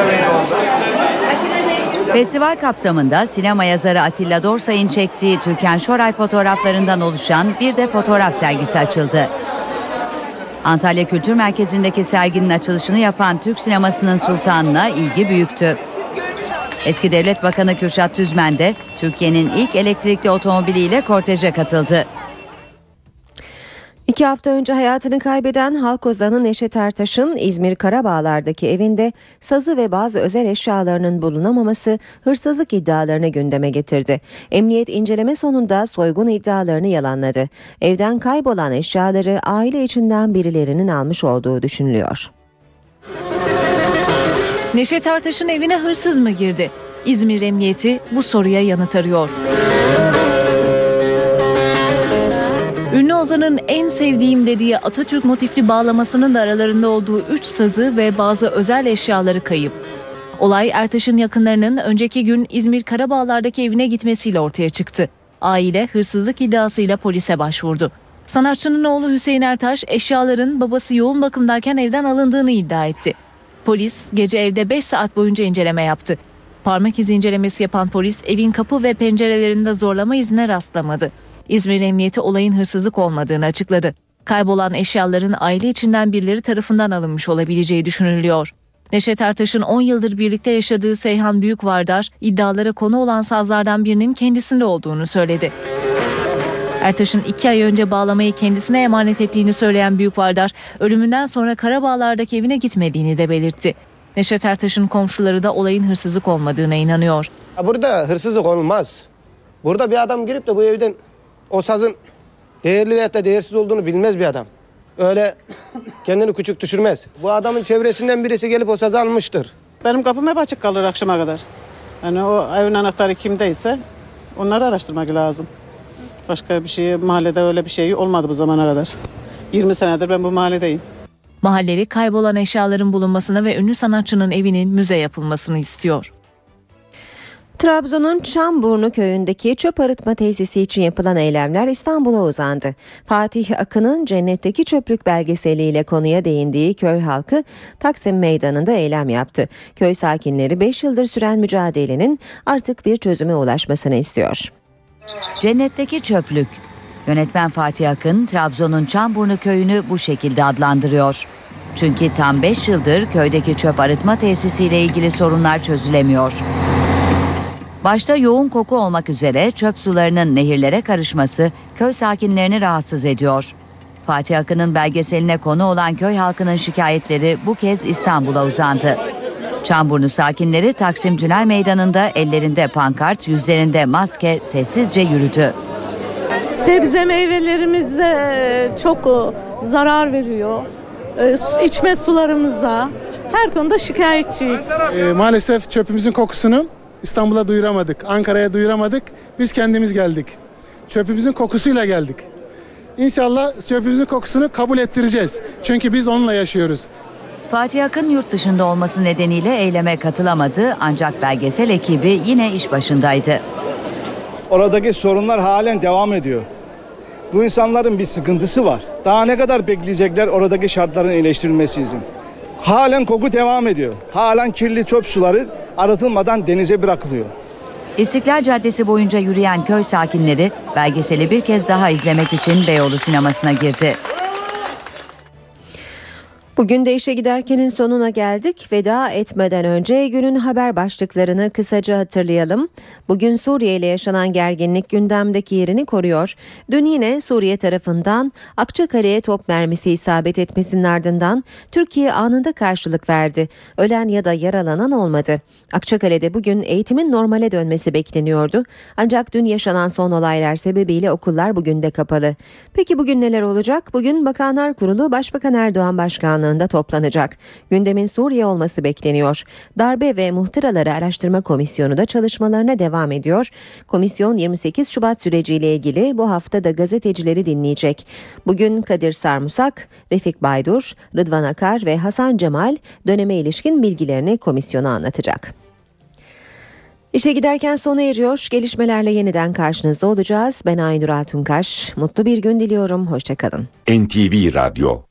Festival kapsamında sinema yazarı Atilla Dorsay'ın çektiği Türkan Şoray fotoğraflarından oluşan bir de fotoğraf sergisi açıldı. Antalya Kültür Merkezi'ndeki serginin açılışını yapan Türk sinemasının sultanına ilgi büyüktü. Eski Devlet Bakanı Kürşat Düzmen de Türkiye'nin ilk elektrikli otomobiliyle korteje katıldı. İki hafta önce hayatını kaybeden halk ozanı Neşet Ertaş'ın İzmir Karabağlar'daki evinde sazı ve bazı özel eşyalarının bulunamaması hırsızlık iddialarını gündeme getirdi. Emniyet inceleme sonunda soygun iddialarını yalanladı. Evden kaybolan eşyaları aile içinden birilerinin almış olduğu düşünülüyor. Neşet Ertaş'ın evine hırsız mı girdi? İzmir Emniyeti bu soruya yanıt arıyor. Ünlü ozanın en sevdiğim dediği Atatürk motifli bağlamasının da aralarında olduğu üç sazı ve bazı özel eşyaları kayıp. Olay Ertaş'ın yakınlarının önceki gün İzmir Karabağlar'daki evine gitmesiyle ortaya çıktı. Aile hırsızlık iddiasıyla polise başvurdu. Sanatçının oğlu Hüseyin Ertaş eşyaların babası yoğun bakımdayken evden alındığını iddia etti. Polis gece evde beş saat boyunca inceleme yaptı. Parmak izi incelemesi yapan polis evin kapı ve pencerelerinde zorlama izine rastlamadı. İzmir Emniyeti olayın hırsızlık olmadığını açıkladı. Kaybolan eşyaların aile içinden birileri tarafından alınmış olabileceği düşünülüyor. Neşet Ertaş'ın on yıldır birlikte yaşadığı Seyhan Büyükvardar iddialara konu olan sazlardan birinin kendisinde olduğunu söyledi. Ertaş'ın iki ay önce bağlamayı kendisine emanet ettiğini söyleyen Büyükvardar, ölümünden sonra Karabağlar'daki evine gitmediğini de belirtti. Neşet Ertaş'ın komşuları da olayın hırsızlık olmadığına inanıyor. Burada hırsızlık olmaz. Burada bir adam girip de bu evden o sazın değerli veya da değersiz olduğunu bilmez bir adam. Öyle kendini küçük düşürmez. Bu adamın çevresinden birisi gelip o sazı almıştır. Benim kapım hep açık kalır akşama kadar. Yani o evin anahtarı kimdeyse onları araştırmak lazım. Başka bir şey, mahallede öyle bir şey olmadı bu zamana kadar. yirmi senedir ben bu mahalledeyim. Mahalleli kaybolan eşyaların bulunmasını ve ünlü sanatçının evinin müze yapılmasını istiyor. Trabzon'un Çamburnu köyündeki çöp arıtma tesisi için yapılan eylemler İstanbul'a uzandı. Fatih Akın'ın Cennetteki Çöplük belgeseliyle konuya değindiği köy halkı Taksim Meydanı'nda eylem yaptı. Köy sakinleri beş yıldır süren mücadelenin artık bir çözüme ulaşmasını istiyor. Cennetteki çöplük. Yönetmen Fatih Akın, Trabzon'un Çamburnu köyünü bu şekilde adlandırıyor. Çünkü tam beş yıldır köydeki çöp arıtma tesisiyle ilgili sorunlar çözülemiyor. Başta yoğun koku olmak üzere çöp sularının nehirlere karışması köy sakinlerini rahatsız ediyor. Fatih Akın'ın belgeseline konu olan köy halkının şikayetleri bu kez İstanbul'a uzandı. Çamburnu sakinleri Taksim Tünel Meydanı'nda ellerinde pankart, yüzlerinde maske sessizce yürüdü. Sebze meyvelerimize çok zarar veriyor. İçme sularımıza her konuda şikayetçiyiz. E, maalesef çöpümüzün kokusunu İstanbul'a duyuramadık, Ankara'ya duyuramadık. Biz kendimiz geldik. Çöpümüzün kokusuyla geldik. İnşallah çöpümüzün kokusunu kabul ettireceğiz. Çünkü biz onunla yaşıyoruz. Fatih Akın yurt dışında olması nedeniyle eyleme katılamadı ancak belgesel ekibi yine iş başındaydı. Oradaki sorunlar halen devam ediyor. Bu insanların bir sıkıntısı var. Daha ne kadar bekleyecekler oradaki şartların iyileştirilmesi için? Halen koku devam ediyor. Halen kirli çöp suları arıtılmadan denize bırakılıyor. İstiklal Caddesi boyunca yürüyen köy sakinleri belgeseli bir kez daha izlemek için Beyoğlu sinemasına girdi. Bugün de işe giderkenin sonuna geldik. Veda etmeden önce günün haber başlıklarını kısaca hatırlayalım. Bugün Suriye ile yaşanan gerginlik gündemdeki yerini koruyor. Dün yine Suriye tarafından Akçakale'ye top mermisi isabet etmesinin ardından Türkiye anında karşılık verdi. Ölen ya da yaralanan olmadı. Akçakale'de bugün eğitimin normale dönmesi bekleniyordu. Ancak dün yaşanan son olaylar sebebiyle okullar bugün de kapalı. Peki bugün neler olacak? Bugün Bakanlar Kurulu Başbakan Erdoğan başkanlığında Başkanlığı'nda toplanacak. Gündemin Suriye olması bekleniyor. Darbe ve Muhtıraları Araştırma Komisyonu da çalışmalarına devam ediyor. Komisyon yirmi sekiz Şubat süreciyle ilgili bu hafta da gazetecileri dinleyecek. Bugün Kadir Sarmusak, Refik Baydur, Rıdvan Akar ve Hasan Cemal döneme ilişkin bilgilerini komisyona anlatacak. İşe giderken sona eriyor. Gelişmelerle yeniden karşınızda olacağız. Ben Aynur Altunkaş. Mutlu bir gün diliyorum. Hoşçakalın. N T V Radyo